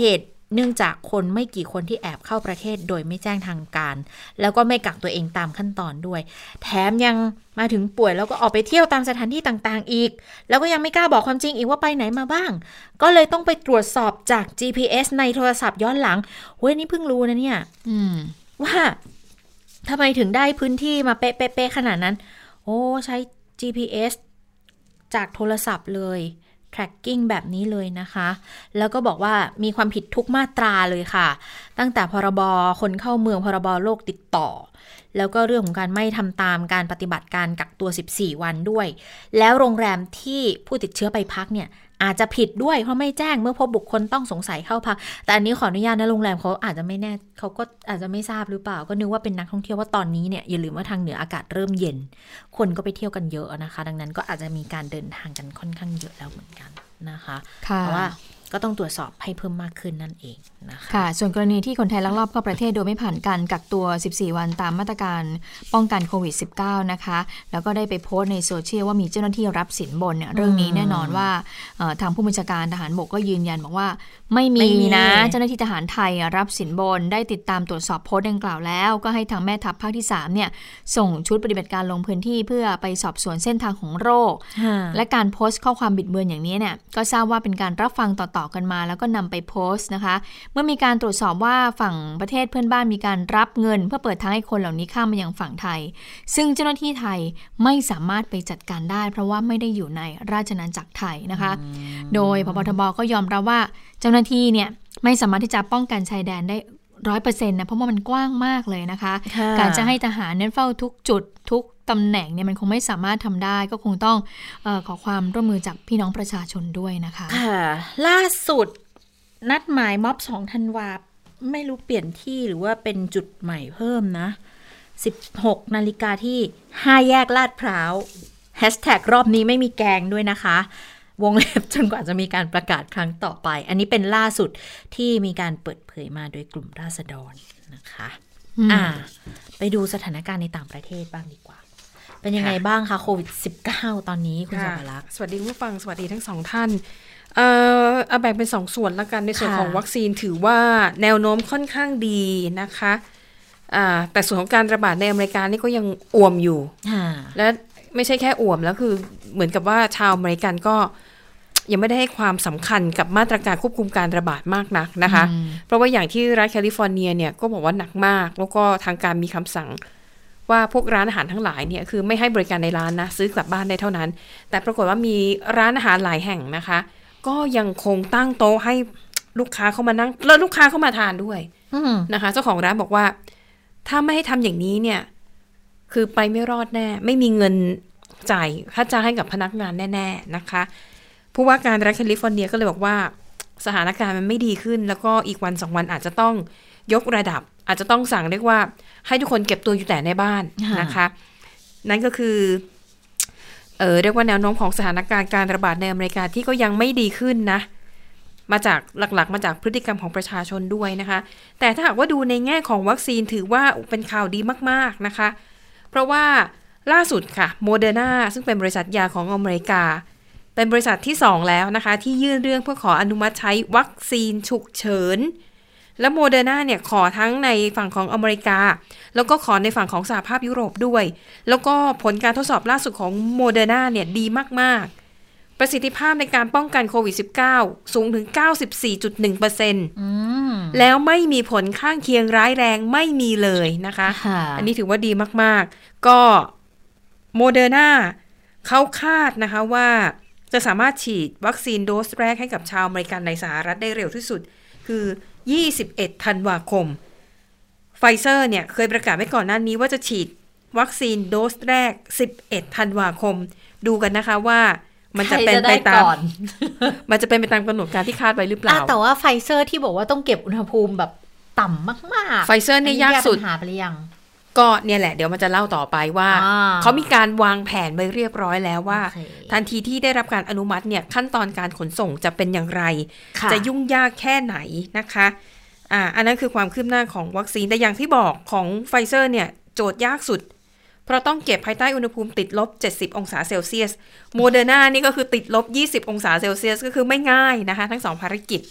เนื่องจากคนไม่กี่คนที่แอบเข้าประเทศโดยไม่แจ้งทางการแล้วก็ไม่กักตัวเองตามขั้นตอนด้วยแถมยังมาถึงป่วยแล้วก็ออกไปเที่ยวตามสถานที่ต่างๆอีกแล้วก็ยังไม่กล้าบอกความจริงอีกว่าไปไหนมาบ้างก็เลยต้องไปตรวจสอบจาก จี พี เอส ในโทรศัพท์ย้อนหลังเฮ้ยนี่เพิ่งรู้นะเนี่ยว่าทำไมถึงได้พื้นที่มาเป๊ะๆขนาดนั้นโอ้ใช้ จี พี เอส จากโทรศัพท์เลย tracking แบบนี้เลยนะคะแล้วก็บอกว่ามีความผิดทุกมาตราเลยค่ะตั้งแต่พรบคนเข้าเมืองพรบโรคติดต่อแล้วก็เรื่องของการไม่ทำตามการปฏิบัติการกักตัวสิบสี่วันด้วยแล้วโรงแรมที่ผู้ติดเชื้อไปพักเนี่ยอาจจะผิดด้วยเพราะไม่แจ้งเมื่อพบบุคคลต้องสงสัยเข้าพักแต่อันนี้ขออนุญาตนะโรงแรมเขาอาจจะไม่แน่เขาก็อาจจะไม่ทราบหรือเปล่าก็นึกว่าเป็นนักท่องเที่ยวว่าตอนนี้เนี่ยอย่าลืมว่าทางเหนืออากาศเริ่มเย็นคนก็ไปเที่ยวกันเยอะนะคะดังนั้นก็อาจจะมีการเดินทางกันค่อนข้างเยอะแล้วเหมือนกันนะคะเพราะว่าก็ต้องตรวจสอบให้เพิ่มมากขึ้นนั่นเองนะคะค่ะส่วนกรณีที่คนไทยลักลอบเข้าประเทศโดยไม่ผ่านการกักตัวสิบสี่วันตามมาตรการป้องกันโควิด สิบเก้า นะคะแล้วก็ได้ไปโพสต์ในโซเชียลว่ามีเจ้าหน้าที่รับสินบนเนี่ยเรื่องนี้แน่นอนว่าทางผู้บัญชาการทหารบกก็ยืนยันบอกว่าไม่มีนะเจ้าหน้าที่ทหารไทยรับสินบนได้ติดตามตรวจสอบโพสต์ดังกล่าวแล้วก็ให้ทางแม่ทัพภาคที่สามเนี่ยส่งชุดปฏิบัติการลงพื้นที่เพื่อไปสอบสวนเส้นทางของโรคและการโพสต์ข้อความบิดเบือนอย่างนี้เนี่ยก็ทราบว่าเป็นการรับฟังต่อๆกันมาแล้วก็นำไปโพสต์นะคะเมื่อมีการตรวจสอบว่าฝั่งประเทศเพื่อนบ้านมีการรับเงินเพื่อเปิดทางให้คนเหล่านี้ข้ามมายังฝั่งไทยซึ่งเจ้าหน้าที่ไทยไม่สามารถไปจัดการได้เพราะว่าไม่ได้อยู่ในราชอาณาจักรไทยนะคะโดยพบทบก็ยอมรับว่าเจ้าหน้าที่เนี่ยไม่สามารถที่จะป้องกันชายแดนได้ ร้อยเปอร์เซ็นต์ นะเพราะว่ามันกว้างมากเลยนะคะการจะให้ทหารเน้นเฝ้าทุกจุดทุกตำแหน่งเนี่ยมันคงไม่สามารถทำได้ก็คงต้องเอ่อขอความร่วมมือจากพี่น้องประชาชนด้วยนะคะค่ะล่าสุดนัดหมายม็อบสองธันวาไม่รู้เปลี่ยนที่หรือว่าเป็นจุดใหม่เพิ่มนะสิบหกนาฬิกาที่ห้าแยกลาดพร้าวแฮชแท็กรอบนี้ไม่มีแกงด้วยนะคะวงเล็บจนกว่าจะมีการประกาศครั้งต่อไปอันนี้เป็นล่าสุดที่มีการเปิดเผยมาโดยกลุ่มราษฎรนะคะอ่าไปดูสถานการณ์ในต่างประเทศบ้างดีกว่าเป็นยังไงบ้างคะโควิด สิบเก้า ตอนนี้คุณสวรักษ์สวัสดีผู้ฟังสวัสดีทั้งสองท่านเอ่อเอาแบ่งเป็นสองส่วนละกันในส่วนของวัคซีนถือว่าแนวโน้มค่อนข้างดีนะคะอ่าแต่ส่วนของการระบาดในอเมริกานี่ก็ยังอ่วมอยู่และไม่ใช่แค่อ่วมแล้วคือเหมือนกับว่าชาวอเมริกันก็ยังไม่ได้ให้ความสำคัญกับมาตรการควบคุมการระบาดมากนักนะคะเพราะว่าอย่างที่รัฐแคลิฟอร์เนียเนี่ยก็บอกว่าหนักมากแล้วก็ทางการมีคำสั่งว่าพวกร้านอาหารทั้งหลายเนี่ยคือไม่ให้บริการในร้านนะซื้อกลับบ้านได้เท่านั้นแต่ปรากฏว่ามีร้านอาหารหลายแห่งนะคะก็ยังคงตั้งโต๊ะให้ลูกค้าเข้ามานั่งแล้วลูกค้าเข้ามาทานด้วยนะคะเจ้าของร้านบอกว่าถ้าไม่ให้ทำอย่างนี้เนี่ยคือไปไม่รอดแน่ไม่มีเงินจ่ายค่าจ้างให้กับพนักงานแน่ๆนะคะผู้ว่าการรัฐแคลิฟอร์เนียก็เลยบอกว่าสถานการณ์มันไม่ดีขึ้นแล้วก็อีกวันสองวันอาจจะต้องยกระดับอาจจะต้องสั่งเรียกว่าให้ทุกคนเก็บตัวอยู่แต่ในบ้านนะคะนั่นก็คือเออเรียกว่าแนวโน้มของสถานการณ์การระบาดในอเมริกาที่ก็ยังไม่ดีขึ้นนะมาจากหลักๆมาจากพฤติกรรมของประชาชนด้วยนะคะแต่ถ้าหากว่าดูในแง่ของวัคซีนถือว่าเป็นข่าวดีมากๆนะคะเพราะว่าล่าสุดค่ะโมเดอร์นาซึ่งเป็นบริษัทยาของอเมริกาเป็นบริษัทที่สองแล้วนะคะที่ยื่นเรื่องเพื่อขออนุมัติใช้วัคซีนฉุกเฉินและโมเดอร์นาเนี่ยขอทั้งในฝั่งของอเมริกาแล้วก็ขอในฝั่งของสหภาพยุโรปด้วยแล้วก็ผลการทดสอบล่าสุดของโมเดอร์นาเนี่ยดีมากๆประสิทธิภาพในการป้องกันโควิด สิบเก้า สูงถึง เก้าสิบสี่จุดหนึ่งเปอร์เซ็นต์ อืมแล้วไม่มีผลข้างเคียงร้ายแรงไม่มีเลยนะคะอันนี้ถือว่าดีมากๆก็โมเดอร์นาเขาคาดนะคะว่าจะสามารถฉีดวัคซีนโดสแรกให้กับชาวอเมริกันในสหรัฐได้เร็วที่สุดคือยี่สิบเอ็ดธันวาคมไฟเซอร์เนี่ยเคยประกาศไว้ก่อนหน้านี้ว่าจะฉีดวัคซีนโดสแรกสิบเอ็ดธันวาคมดูกันนะคะว่ามันจะเป็นไปตามมันจะเป็นไปตามกำหนดการที่คาดไว้หรือเปล่าแต่ว่าไฟเซอร์ที่บอกว่าต้องเก็บอุณหภูมิแบบต่ำมากๆไฟเซอร์เนี่ยยากสุดหาไปหรือยังก็เนี่ยแหละเดี๋ยวมันจะเล่าต่อไปว่าเขามีการวางแผนไว้เรียบร้อยแล้วว่า okay. ทันทีที่ได้รับการอนุมัติเนี่ยขั้นตอนการขนส่งจะเป็นอย่างไรจะยุ่งยากแค่ไหนนะคะอ่าอันนั้นคือความคืบหน้าของวัคซีนแต่อย่างที่บอกของไฟเซอร์เนี่ยโจทย์ยากสุดเพราะต้องเก็บภายใต้อุณหภูมิติดลบเจ็ดสิบองศาเซลเซียสโมเดอร์นานี่ก็คือติดลบยี่สิบองศาเซลเซียสก็คือไม่ง่ายนะคะทั้งสองภารกิจ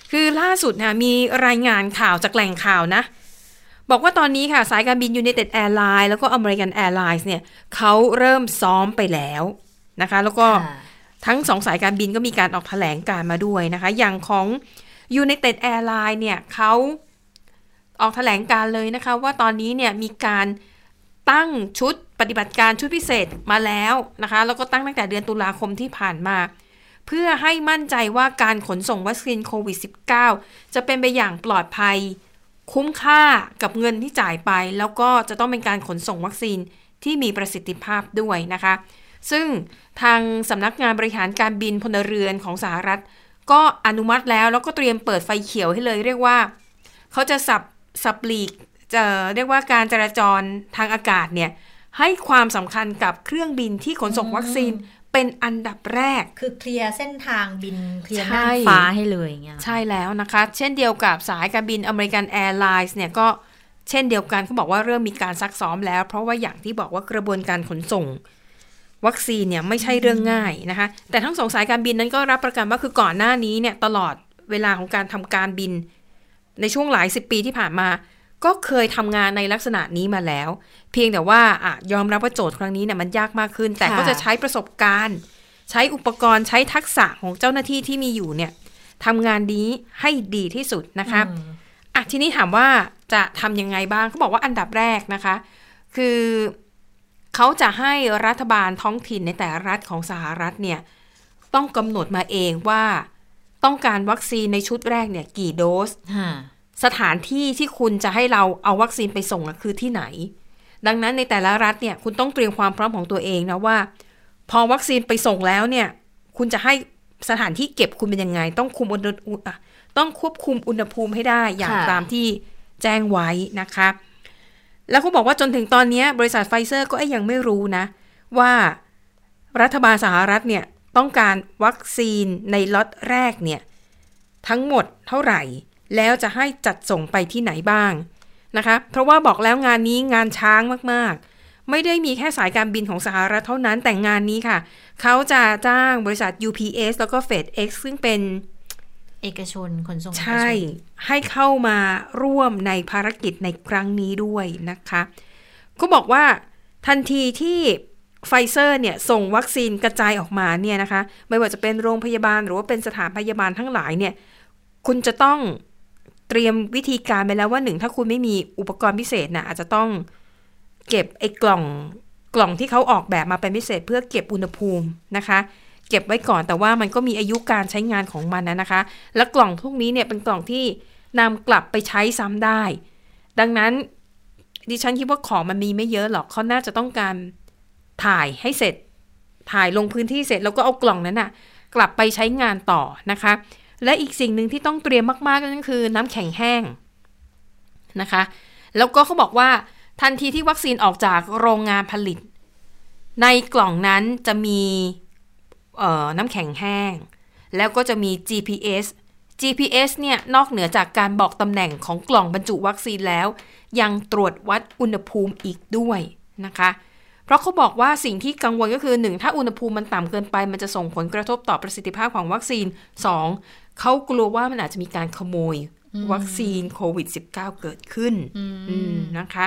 คือล่าสุดนะมีรายงานข่าวจากแหล่งข่าวนะบอกว่าตอนนี้ค่ะสายการบิน United Airlines แล้วก็ American Airlines เนี่ยเขาเริ่มซ้อมไปแล้วนะคะแล้วก็ทั้งสองสายการบินก็มีการออกแถลงการมาด้วยนะคะอย่างของ United Airlines เนี่ยเขาออกแถลงการเลยนะคะว่าตอนนี้เนี่ยมีการตั้งชุดปฏิบัติการชุดพิเศษมาแล้วนะคะแล้วก็ตั้งตั้งแต่เดือนตุลาคมที่ผ่านมาเพื่อให้มั่นใจว่าการขนส่งวัคซีนโควิด สิบเก้า จะเป็นไปอย่างปลอดภัยคุ้มค่ากับเงินที่จ่ายไปแล้วก็จะต้องเป็นการขนส่งวัคซีนที่มีประสิทธิภาพด้วยนะคะซึ่งทางสำนักงานบริหารการบินพลเรือนของสหรัฐก็อนุมัติแล้วแล้วก็เตรียมเปิดไฟเขียวให้เลยเรียกว่าเขาจะสับสับหลีกจะเรียกว่าการจราจรทางอากาศเนี่ยให้ความสำคัญกับเครื่องบินที่ขนส่งวัคซีนเป็นอันดับแรกคือเคลียร์เส้นทางบินเคลียร์น่านฟ้าให้เลยอย่างเงี้ยใช่แล้วนะคะเช่นเดียวกับสายการบิน American Airlines เนี่ยก็เช่นเดียวกันเขาบอกว่าเริ่มมีการซักซ้อมแล้วเพราะว่าอย่างที่บอกว่ากระบวนการขนส่งวัคซีนเนี่ยไม่ใช่เรื่องง่ายนะคะแต่ทั้งสองสายการบินนั้นก็รับประกันว่าคือก่อนหน้านี้เนี่ยตลอดเวลาของการทำการบินในช่วงหลายสิบปีที่ผ่านมาก็เคยทำงานในลักษณะนี้มาแล้วเพียงแต่ว่าอ่ะยอมรับว่าโจทย์ครั้งนี้เนี่ยมันยากมากขึ้นแต่ก็จะใช้ประสบการณ์ใช้อุปกรณ์ใช้ทักษะของเจ้าหน้าที่ที่มีอยู่เนี่ยทำงานนี้ให้ดีที่สุดนะคะอ่ะทีนี้ถามว่าจะทำยังไงบ้างเขาบอกว่าอันดับแรกนะคะคือเขาจะให้รัฐบาลท้องถิ่นในแต่ละรัฐของสหรัฐเนี่ยต้องกำหนดมาเองว่าต้องการวัคซีนในชุดแรกเนี่ยกี่โดสสถานที่ที่คุณจะให้เราเอาวัคซีนไปส่งคือที่ไหนดังนั้นในแต่ละรัฐเนี่ยคุณต้องเตรียมความพร้อมของตัวเองนะว่าพอวัคซีนไปส่งแล้วเนี่ยคุณจะให้สถานที่เก็บคุณเป็นยังไงต้องคุมอุณหภูมิต้องควบคุมอุณหภูมิให้ได้อย่างตามที่แจ้งไว้นะคะแล้วเขาบอกว่าจนถึงตอนนี้บริษัทไฟเซอร์ก็ยังไม่รู้นะว่ารัฐบาลสหรัฐเนี่ยต้องการวัคซีนในล็อตแรกเนี่ยทั้งหมดเท่าไหร่แล้วจะให้จัดส่งไปที่ไหนบ้างนะคะเพราะว่าบอกแล้วงานนี้งานช้างมากๆไม่ได้มีแค่สายการบินของสหรัฐเท่านั้นแต่งานนี้ค่ะเขาจะจ้างบริษัท ยู พี เอส แล้วก็ FedEx ซึ่งเป็นเอกชนขนส่งใช่ให้เข้ามาร่วมในภารกิจในครั้งนี้ด้วยนะคะก็บอกว่าทันทีที่ไฟเซอร์เนี่ยส่งวัคซีนกระจายออกมาเนี่ยนะคะไม่ว่าจะเป็นโรงพยาบาลหรือว่าเป็นสถานพยาบาลทั้งหลายเนี่ยคุณจะต้องเตรียมวิธีการไปแล้วว่าหนึ่งถ้าคุณไม่มีอุปกรณ์พิเศษนะอาจจะต้องเก็บไอ้กล่องกล่องที่เขาออกแบบมาเป็นพิเศษเพื่อเก็บอุณหภูมินะคะเก็บไว้ก่อนแต่ว่ามันก็มีอายุการใช้งานของมันนะนะคะและกล่องพวกนี้เนี่ยเป็นกล่องที่นำกลับไปใช้ซ้ำได้ดังนั้นดิฉันคิดว่าของมันมีไม่เยอะหรอกเขาน่าจะต้องการถ่ายให้เสร็จถ่ายลงพื้นที่เสร็จแล้วก็เอากล่องนั้นน่ะกลับไปใช้งานต่อนะคะและอีกสิ่งหนึ่งที่ต้องเตรียมมากๆก็คือน้ำแข็งแห้งนะคะแล้วก็เขาบอกว่าทันทีที่วัคซีนออกจากโรงงานผลิตในกล่องนั้นจะมีเอ่อน้ำแข็งแห้งแล้วก็จะมี จี พี เอส จี พี เอส เนี่ยนอกเหนือจากการบอกตำแหน่งของกล่องบรรจุวัคซีนแล้วยังตรวจวัดอุณหภูมิอีกด้วยนะคะเพราะเขาบอกว่าสิ่งที่กังวลก็คือหนึ่งถ้าอุณหภูมิมันต่ำเกินไปมันจะส่งผลกระทบต่อประสิทธิภาพของวัคซีนสองเขากลัวว่ามันอาจจะมีการขโมยวัคซีนโควิด สิบเก้า เกิดขึ้นนะคะ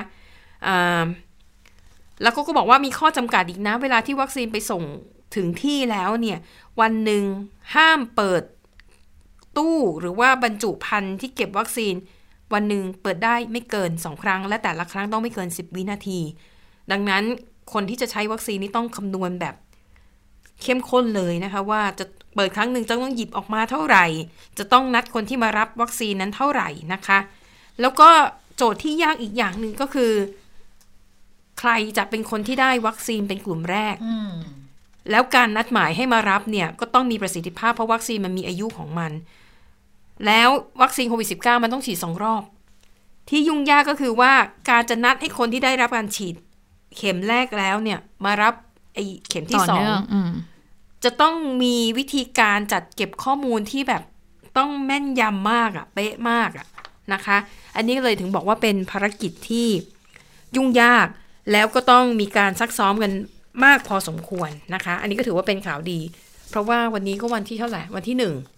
แล้วก็ก็บอกว่ามีข้อจำกัดอีกนะเวลาที่วัคซีนไปส่งถึงที่แล้วเนี่ยวันหนึ่งห้ามเปิดตู้หรือว่าบรรจุภัณฑ์ที่เก็บวัคซีนวันหนึ่งเปิดได้ไม่เกินสองครั้งและแต่ละครั้งต้องไม่เกินสิบวินาทีดังนั้นคนที่จะใช้วัคซีนนี่ต้องคำนวณแบบเข้มข้นเลยนะคะว่าจะเปิดครั้งหนึ่งจะต้องหยิบออกมาเท่าไหร่จะต้องนัดคนที่มารับวัคซีนนั้นเท่าไหร่นะคะแล้วก็โจทย์ที่ยากอีกอย่างหนึ่งก็คือใครจะเป็นคนที่ได้วัคซีนเป็นกลุ่มแรกแล้วการนัดหมายให้มารับเนี่ยก็ต้องมีประสิทธิภาพเพราะวัคซีนมันมีอายุของมันแล้ววัคซีนโควิด สิบเก้า มันต้องฉีดสองรอบที่ยุ่งยากก็คือว่าการจะนัดให้คนที่ได้รับการฉีดเข็มแรกแล้วเนี่ยมารับไอ้เข็มที่สองจะต้องมีวิธีการจัดเก็บข้อมูลที่แบบต้องแม่นยำมากอะเป๊ะมากอะนะคะอันนี้เลยถึงบอกว่าเป็นภารกิจที่ยุ่งยากแล้วก็ต้องมีการซักซ้อมกันมากพอสมควรนะคะอันนี้ก็ถือว่าเป็นข่าวดีเพราะว่าวันนี้ก็วันที่เท่าไหร่วันที่หนึ่ง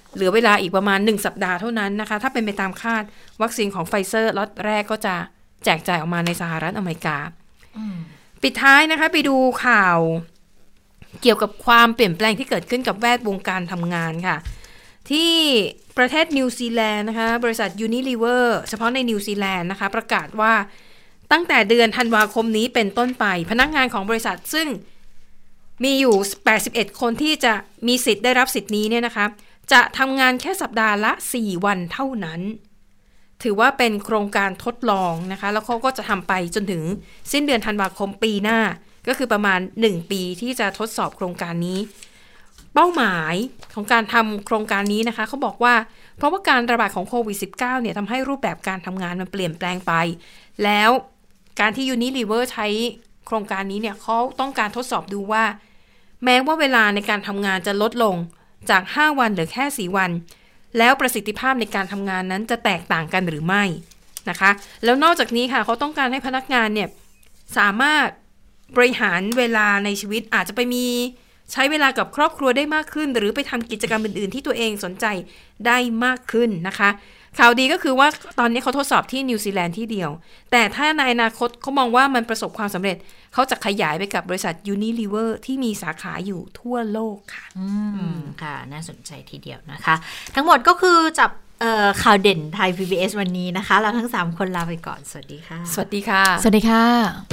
เหลือเวลาอีกประมาณหนึ่งสัปดาห์เท่านั้นนะคะถ้าเป็นไปตามคาดวัคซีนของไฟเซอร์ล็อตแรกก็จะแจกจ่ายออกมาในสหรัฐอเมริกาปิดท้ายนะคะไปดูข่าวเกี่ยวกับความเปลี่ยนแปลงที่เกิดขึ้นกับแวดวงการทำงานค่ะที่ประเทศนิวซีแลนด์นะคะบริษัท Unilever เฉพาะในนิวซีแลนด์นะคะประกาศว่าตั้งแต่เดือนธันวาคมนี้เป็นต้นไปพนักงานของบริษัทซึ่งมีอยู่แปดสิบเอ็ดคนที่จะมีสิทธิ์ได้รับสิทธิ์นี้เนี่ยนะคะจะทำงานแค่สัปดาห์ละสี่วันเท่านั้นถือว่าเป็นโครงการทดลองนะคะแล้วเขาก็จะทำไปจนถึงสิ้นเดือนธันวาคมปีหน้าก็คือประมาณหนึ่งปีที่จะทดสอบโครงการนี้เป้าหมายของการทำโครงการนี้นะคะเขาบอกว่าเพราะว่าการระบาดของโควิด สิบเก้า เนี่ยทำให้รูปแบบการทำงานมันเปลี่ยนแปลงไปแล้วการที่ Unilever ใช้โครงการนี้เนี่ยเขาต้องการทดสอบดูว่าแม้ว่าเวลาในการทำงานจะลดลงจากห้าวันเหลือแค่สี่วันแล้วประสิทธิภาพในการทำงานนั้นจะแตกต่างกันหรือไม่นะคะแล้วนอกจากนี้ค่ะเขาต้องการให้พนักงานเนี่ยสามารถบริหารเวลาในชีวิตอาจจะไปมีใช้เวลากับครอบครัวได้มากขึ้นหรือไปทำกิจกรรมอื่นๆที่ตัวเองสนใจได้มากขึ้นนะคะข่าวดีก็คือว่าตอนนี้เขาทดสอบที่นิวซีแลนด์ที่เดียวแต่ถ้าในอนาคตเขามองว่ามันประสบความสำเร็จเขาจะขยายไปกับบริษัท Unilever ที่มีสาขาอยู่ทั่วโลกค่ะอืมค่ะน่าสนใจทีเดียวนะคะทั้งหมดก็คือจับข่าวเด่นไทย พี บี เอส วันนี้นะคะเราทั้งสามคนลาไปก่อนสวัสดีค่ะสวัสดีค่ะสวัสดีค่ะ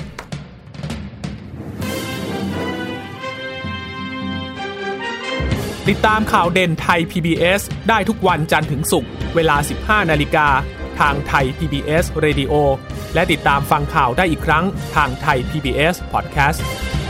ติดตามข่าวเด่นไทย พี บี เอส ได้ทุกวันจันทร์ถึงศุกร์เวลา สิบห้านาฬิกาทางไทย พี บี เอส Radio และติดตามฟังข่าวได้อีกครั้งทางไทย พี บี เอส Podcast